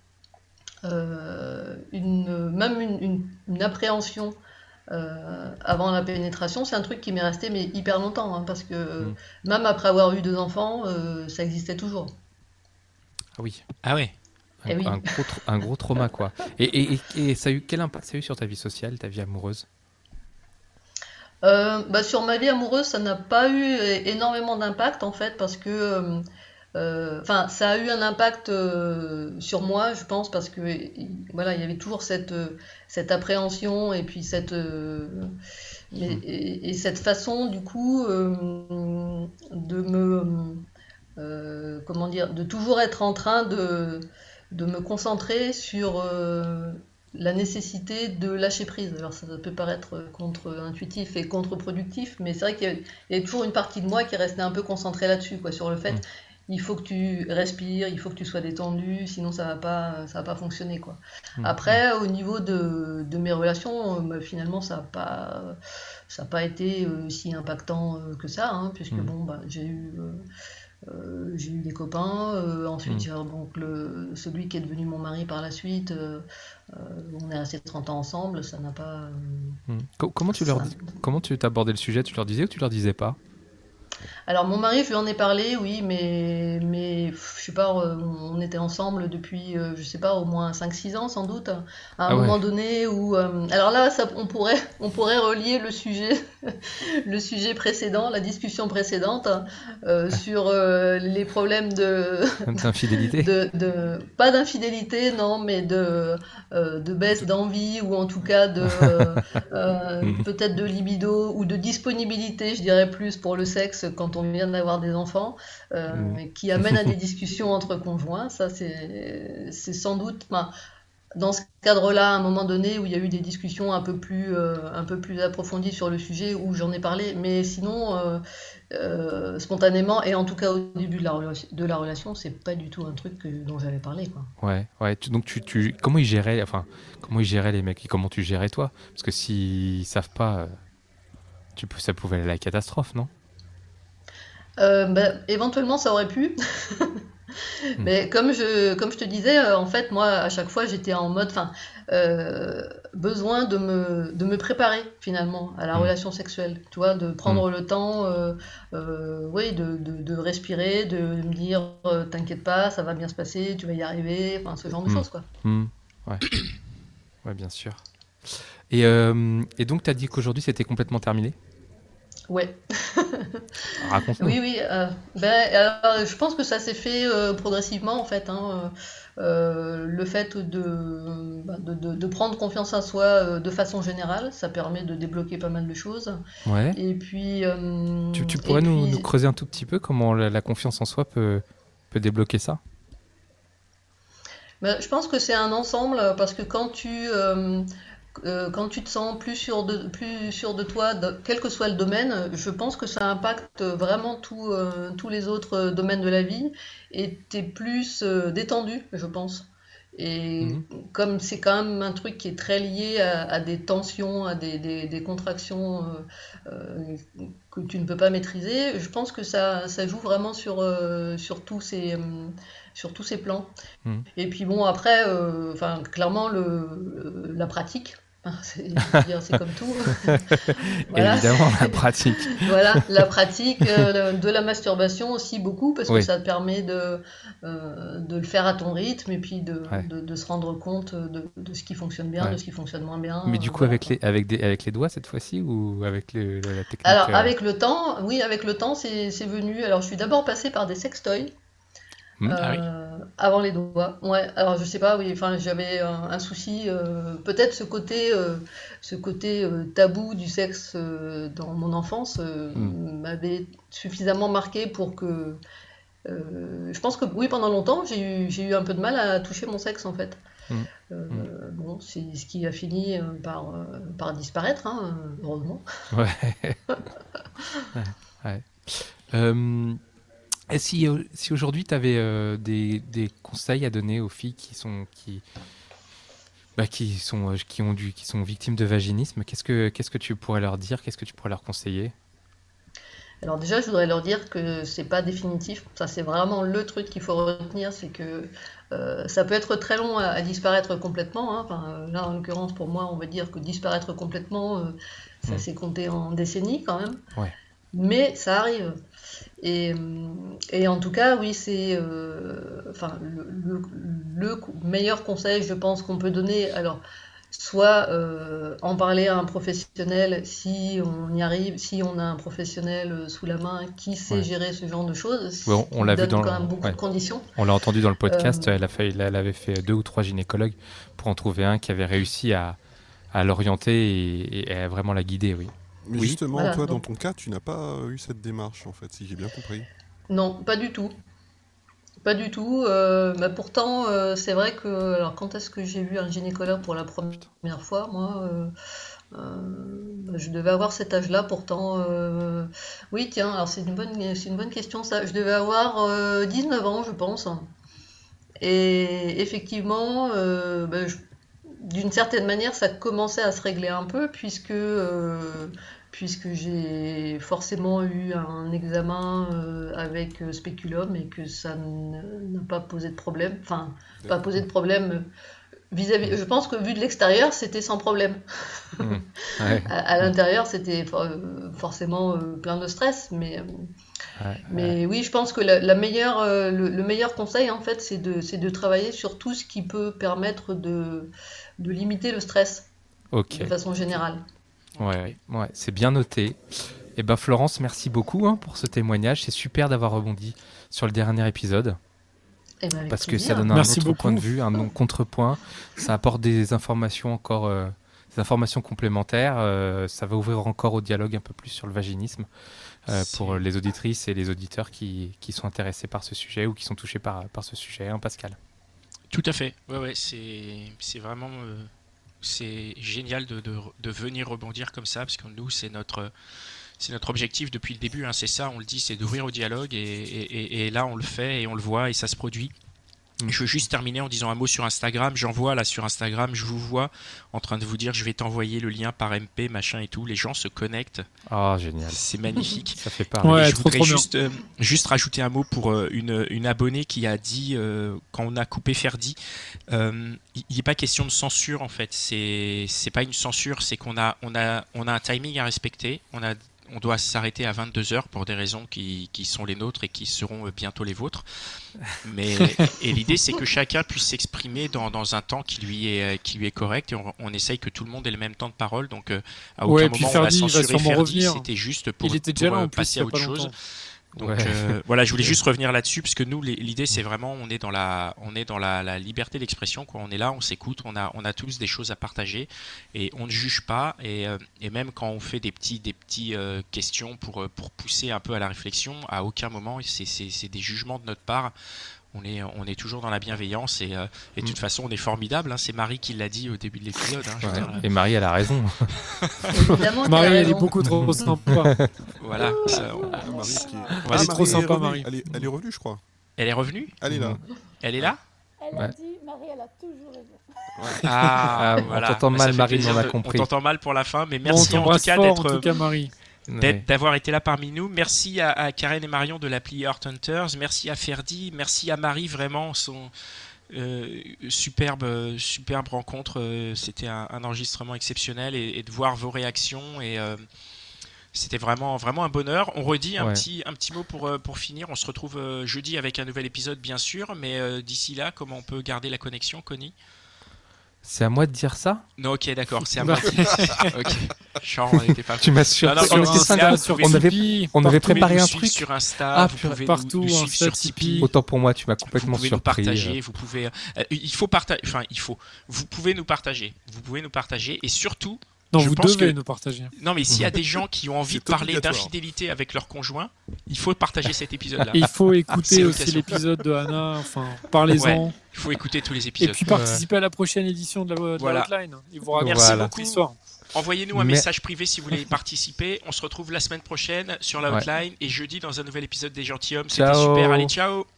euh, une, même une, une, une appréhension euh, avant la pénétration, c'est un truc qui m'est resté mais hyper longtemps, hein, parce que mm. même après avoir eu deux enfants, euh, ça existait toujours. Ah oui. Ah oui. Un, eh oui. un, gros, un gros trauma, quoi. Et, et, et, et ça a eu, quel impact ça a eu sur ta vie sociale, ta vie amoureuse? euh, bah, Sur ma vie amoureuse, ça n'a pas eu énormément d'impact, en fait, parce que... Enfin, euh, ça a eu un impact euh, sur moi, je pense, parce que voilà, il y avait toujours cette, cette appréhension et puis cette... Euh, et, et, et cette façon, du coup, euh, de me... Euh, comment dire, de toujours être en train de, de me concentrer sur euh, la nécessité de lâcher prise. Alors ça peut paraître contre-intuitif et contre-productif, mais c'est vrai qu'il y a, il y a toujours une partie de moi qui est restée un peu concentrée là-dessus, quoi, sur le fait, mmh. il faut que tu respires, il faut que tu sois détendu, sinon ça va pas, ça va pas fonctionner, quoi. Mmh. Après, au niveau de, de mes relations, bah, finalement ça n'a pas, ça a pas été euh, si impactant euh, que ça, hein, puisque mmh. bon, bah, j'ai eu... Euh, Euh, j'ai eu des copains, euh, ensuite mmh. j'ai donc le, celui qui est devenu mon mari par la suite, euh, euh, on est resté trente ans ensemble, ça n'a pas... Euh, mmh. Comment tu leur dis, comment tu t'abordais le sujet? Tu leur disais ou tu leur disais pas? Alors mon mari, je lui en ai parlé, oui, mais, mais je sais pas, on était ensemble depuis, je sais pas, au moins cinq six ans sans doute, à un ah moment ouais. donné où... Euh, alors là, ça, on, pourrait, on pourrait relier le sujet, le sujet précédent, la discussion précédente, euh, sur euh, les problèmes de... d'infidélité de, de, Pas d'infidélité, non, mais de, euh, de baisse d'envie, ou en tout cas de euh, peut-être de libido, ou de disponibilité, je dirais plus, pour le sexe, quand on vient d'avoir des enfants, euh, mmh. qui amène à des discussions entre conjoints. Ça, c'est, c'est sans doute... Ben, dans ce cadre-là, à un moment donné, où il y a eu des discussions un peu plus, euh, un peu plus approfondies sur le sujet, où j'en ai parlé, mais sinon, euh, euh, spontanément, et en tout cas au début de la, relation, de la relation, c'est pas du tout un truc que, dont j'avais parlé, quoi. Ouais, ouais. Tu, donc, tu, tu, comment ils géraient, enfin, comment ils géraient les mecs, et comment tu gérais toi? Parce que s'ils savent pas, tu peux, ça pouvait aller à la catastrophe, non? Euh, bah, éventuellement ça aurait pu mais comme je, comme je te disais, euh, en fait moi à chaque fois j'étais en mode euh, besoin de me, de me préparer finalement à la mmh. relation sexuelle, tu vois, de prendre mmh. le temps euh, euh, oui, de, de, de respirer, de, de me dire euh, t'inquiète pas, ça va bien se passer, tu vas y arriver, enfin ce genre de mmh. choses, quoi. Mmh. Ouais. Ouais, bien sûr. Et, euh, et donc t'as dit qu'aujourd'hui c'était complètement terminé? Ouais. Raconte-nous. Oui, oui. Euh, ben, alors, je pense que ça s'est fait euh, progressivement, en fait. Hein, euh, le fait de, de, de, de prendre confiance en soi euh, de façon générale, ça permet de débloquer pas mal de choses. Ouais. Et puis... Euh, tu, tu pourrais et nous, puis... nous creuser un tout petit peu comment la, la confiance en soi peut, peut débloquer ça? Ben, je pense que c'est un ensemble, parce que quand tu... Euh, Euh, quand tu te sens plus sûr de, plus sûr de toi, de, quel que soit le domaine, je pense que ça impacte vraiment tout, euh, tous les autres domaines de la vie, et tu es plus euh, détendu, je pense. Et Mhm. comme c'est quand même un truc qui est très lié à, à des tensions, à des, des- des contractions euh, euh, que tu ne peux pas maîtriser, je pense que ça, ça joue vraiment sur, euh, sur tous ces, euh, sur tous ces plans. Mhm. Et puis bon, après, euh, enfin, clairement, le, le- la pratique, hein, c'est, je veux dire, c'est comme tout. Voilà. Évidemment, la pratique. Voilà, la pratique euh, de la masturbation aussi beaucoup, parce que Oui. ça te permet de, euh, de le faire à ton rythme et puis de, Ouais. de, de se rendre compte de, de ce qui fonctionne bien, Ouais. de ce qui fonctionne moins bien. Mais du euh, coup, voilà, avec quoi. les, avec, des, avec les doigts cette fois-ci ou avec le, le- la technique Alors, euh, avec le temps, oui, avec le temps, c'est c'est venu. Alors, je suis d'abord passée par des sextoys. Hmm. Ah oui. Euh, avant les doigts. Ouais, alors je sais pas, oui, enfin j'avais un, un souci, euh, peut-être ce côté, euh, ce côté euh, tabou du sexe euh, dans mon enfance euh, Mm. m'avait suffisamment marqué pour que. euh, je pense que oui, pendant longtemps, j'ai eu, j'ai eu un peu de mal à toucher mon sexe en fait. Mm. Euh, Mm. Bon, c'est ce qui a fini euh, par, euh, par disparaître, hein, heureusement. Ouais. Ouais, ouais. Euh, et si, euh, si aujourd'hui tu avais des, des conseils à donner aux filles qui sont qui, bah, qui sont euh, qui ont dû qui sont victimes de vaginisme, qu'est-ce que qu'est-ce que tu pourrais leur dire, qu'est-ce que tu pourrais leur conseiller? Alors déjà, je voudrais leur dire que c'est pas définitif. Ça, c'est vraiment le truc qu'il faut retenir, c'est que euh, ça peut être très long à, à disparaître complètement, hein. Enfin, euh, là, en l'occurrence, pour moi, on va dire que disparaître complètement, euh, ça Mm. s'est compté en décennies quand même. Ouais. Mais ça arrive. Et, euh, et en tout cas, oui, c'est euh, enfin, le, le- le meilleur conseil, je pense, qu'on peut donner. Alors, soit euh, en parler à un professionnel si on y arrive, si on a un professionnel euh, sous la main qui sait Ouais. gérer ce genre de choses, Ouais, on- qui on l'a vu donne dans quand le- même beaucoup ouais. de conditions. On l'a entendu dans le podcast, Euh, elle, a fait, elle avait fait deux ou trois gynécologues pour en trouver un qui avait réussi à, à l'orienter et, et à vraiment la guider, oui. Mais Oui. justement, Voilà, toi, dans donc- ton cas, tu n'as pas eu cette démarche, en fait, si j'ai bien compris. Non, pas du tout. Pas du tout. Euh, mais pourtant, euh, c'est vrai que. Alors, quand est-ce que j'ai vu un gynécologue pour la première fois? Moi, euh, euh, bah, je devais avoir cet âge-là. Pourtant, euh, oui, tiens, alors c'est une bonne, c'est une bonne question ça. Je devais avoir euh, dix-neuf ans, je pense. Et effectivement, euh, bah, je- d'une certaine manière, ça commençait à se régler un peu, puisque, euh, puisque j'ai forcément eu un examen euh, avec euh, spéculum et que ça ne- n'a pas posé de problème. Enfin, pas posé de problème euh, vis-à-vis. Je pense que vu de l'extérieur, c'était sans problème. Mm. Ouais. À, à l'intérieur, c'était for- euh, forcément euh, plein de stress, mais. euh, Ouais, mais oui, je pense que la, la meilleure, euh, le, le meilleur conseil, en fait, c'est de, c'est de travailler sur tout ce qui peut permettre de, de limiter le stress Ok. de façon générale. Ouais, ouais, c'est bien noté. Et ben Florence, merci beaucoup hein, pour ce témoignage. C'est super d'avoir rebondi sur le dernier épisode. Eh ben, avec Parce que plaisir. ça donne un Merci autre beaucoup. point de vue, un non- contrepoint. Ça apporte des informations encore, euh, des informations complémentaires. euh, ça va ouvrir encore au dialogue un peu plus sur le vaginisme euh, C'est- pour les auditrices et les auditeurs qui, qui sont intéressés par ce sujet ou qui sont touchés par, par ce sujet. Hein, Pascal? Tout à fait. Ouais, ouais, c'est, c'est vraiment, euh, c'est génial de, de, de venir rebondir comme ça, parce que nous, c'est notre, c'est notre objectif depuis le début. Hein, c'est ça, on le dit, c'est d'ouvrir au dialogue, et, et, et- et là, on le fait et on le voit et ça se produit. Mm. Je veux juste terminer en disant un mot sur Instagram. J'en vois là sur Instagram, je vous vois en train de vous dire, je vais t'envoyer le lien par M P, machin et tout. Les gens se connectent, Oh, génial. c'est magnifique. Ça fait pas. Ouais, Et je trop, voudrais trop bien. juste, euh, juste rajouter un mot pour euh, une, une abonnée qui a dit, euh, quand on a coupé Ferdi, euh, il n'est pas question de censure en fait. C'est, c'est pas une censure, c'est qu'on a, on a, on a un timing à respecter. On a, on doit s'arrêter à vingt-deux heures pour des raisons qui, qui sont les nôtres et qui seront bientôt les vôtres. Mais, et l'idée, c'est que chacun puisse s'exprimer dans, dans un temps qui lui est, qui lui est correct. Et on, on essaye que tout le monde ait le même temps de parole. Donc, euh, à aucun Ouais, et puis moment, on a Ferdi, il va censuré sûrement Ferdi. revenir. C'était juste pour, Il était pour, déjà là euh, en plus, passer il y à a autre pas chose. longtemps. Donc Ouais. euh, voilà, je voulais juste revenir là-dessus parce que nous, les- l'idée c'est vraiment, on est dans la, on est dans la, la liberté d'expression, quoi. On est là, on s'écoute, on a, on a tous des choses à partager et on ne juge pas. Et, euh, et même quand on fait des petits, des petits euh, questions pour, euh, pour pousser un peu à la réflexion, à aucun moment c'est, c'est, c'est des jugements de notre part. On est, on est toujours dans la bienveillance et, euh, et de toute Mm. façon on est formidable. Hein. C'est Marie qui l'a dit au début de l'épisode. Hein, je veux Ouais. dire, euh, Et Marie, elle a raison. Évidemment, Marie, t'as elle est raison. beaucoup trop sympa. voilà. ça, on- Ah, Marie qui est... Elle Ah, est trop Marie sympa, revenue. Marie. Elle est, elle est revenue, je crois. Elle est revenue. Elle est là. Elle est là. Elle Ouais. a dit, Marie, elle a toujours raison. Ouais. Ah, ah, voilà. On t'entend bah, mal, Marie, on a de, compris. On t'entend mal pour la fin, mais Bon, merci on en tout cas fort, d'être, en tout cas, Marie. d'être, d'avoir été là parmi nous. Merci à, à Karen et Marion de l'appli Heart Hunters. Merci à Ferdi. Merci à Marie, vraiment, son euh, superbe, superbe rencontre. Euh, c'était un, un enregistrement exceptionnel et, et de voir vos réactions et euh, c'était vraiment, vraiment un bonheur. On redit un, ouais. petit, un petit mot pour, pour finir. On se retrouve euh, jeudi avec un nouvel épisode, bien sûr. Mais euh, d'ici là, comment on peut garder la connexion, Connie ? C'est à moi de dire ça ? Non, ok, d'accord, c'est à moi. Ok. Genre, on n'était pas. Tu m'assures. Non, non, on était cinq. Sur On avait, Tipeee, on avait Vous préparé pouvez nous un suivre truc. sur Insta, Ah, vous pouvez partout, nous, nous suivre Insta, sur Tipeee. Autant pour moi, tu m'as Vous complètement pouvez surpris. nous partager, vous pouvez. Euh, il faut partager. Enfin, il faut. Vous pouvez nous partager. Vous pouvez nous partager et surtout. Non, je vous pense devez que... nous partager. Non, mais s'il y a des gens qui ont envie de parler d'infidélité avec leur conjoint, il faut partager cet épisode-là. Et il faut écouter C'est aussi l'occasion. l'épisode de Anna. Enfin, parlez-en. Ouais, il faut écouter tous les Et épisodes. puis participer à la prochaine édition de la, de Voilà. la Hotline. Ils vous racontent Merci Voilà. beaucoup. l'histoire. Envoyez-nous un Mais- message privé si vous voulez y participer. On se retrouve la semaine prochaine sur la Ouais. Hotline et jeudi dans un nouvel épisode des Gentilhommes. C'était Ciao. super. Allez, ciao.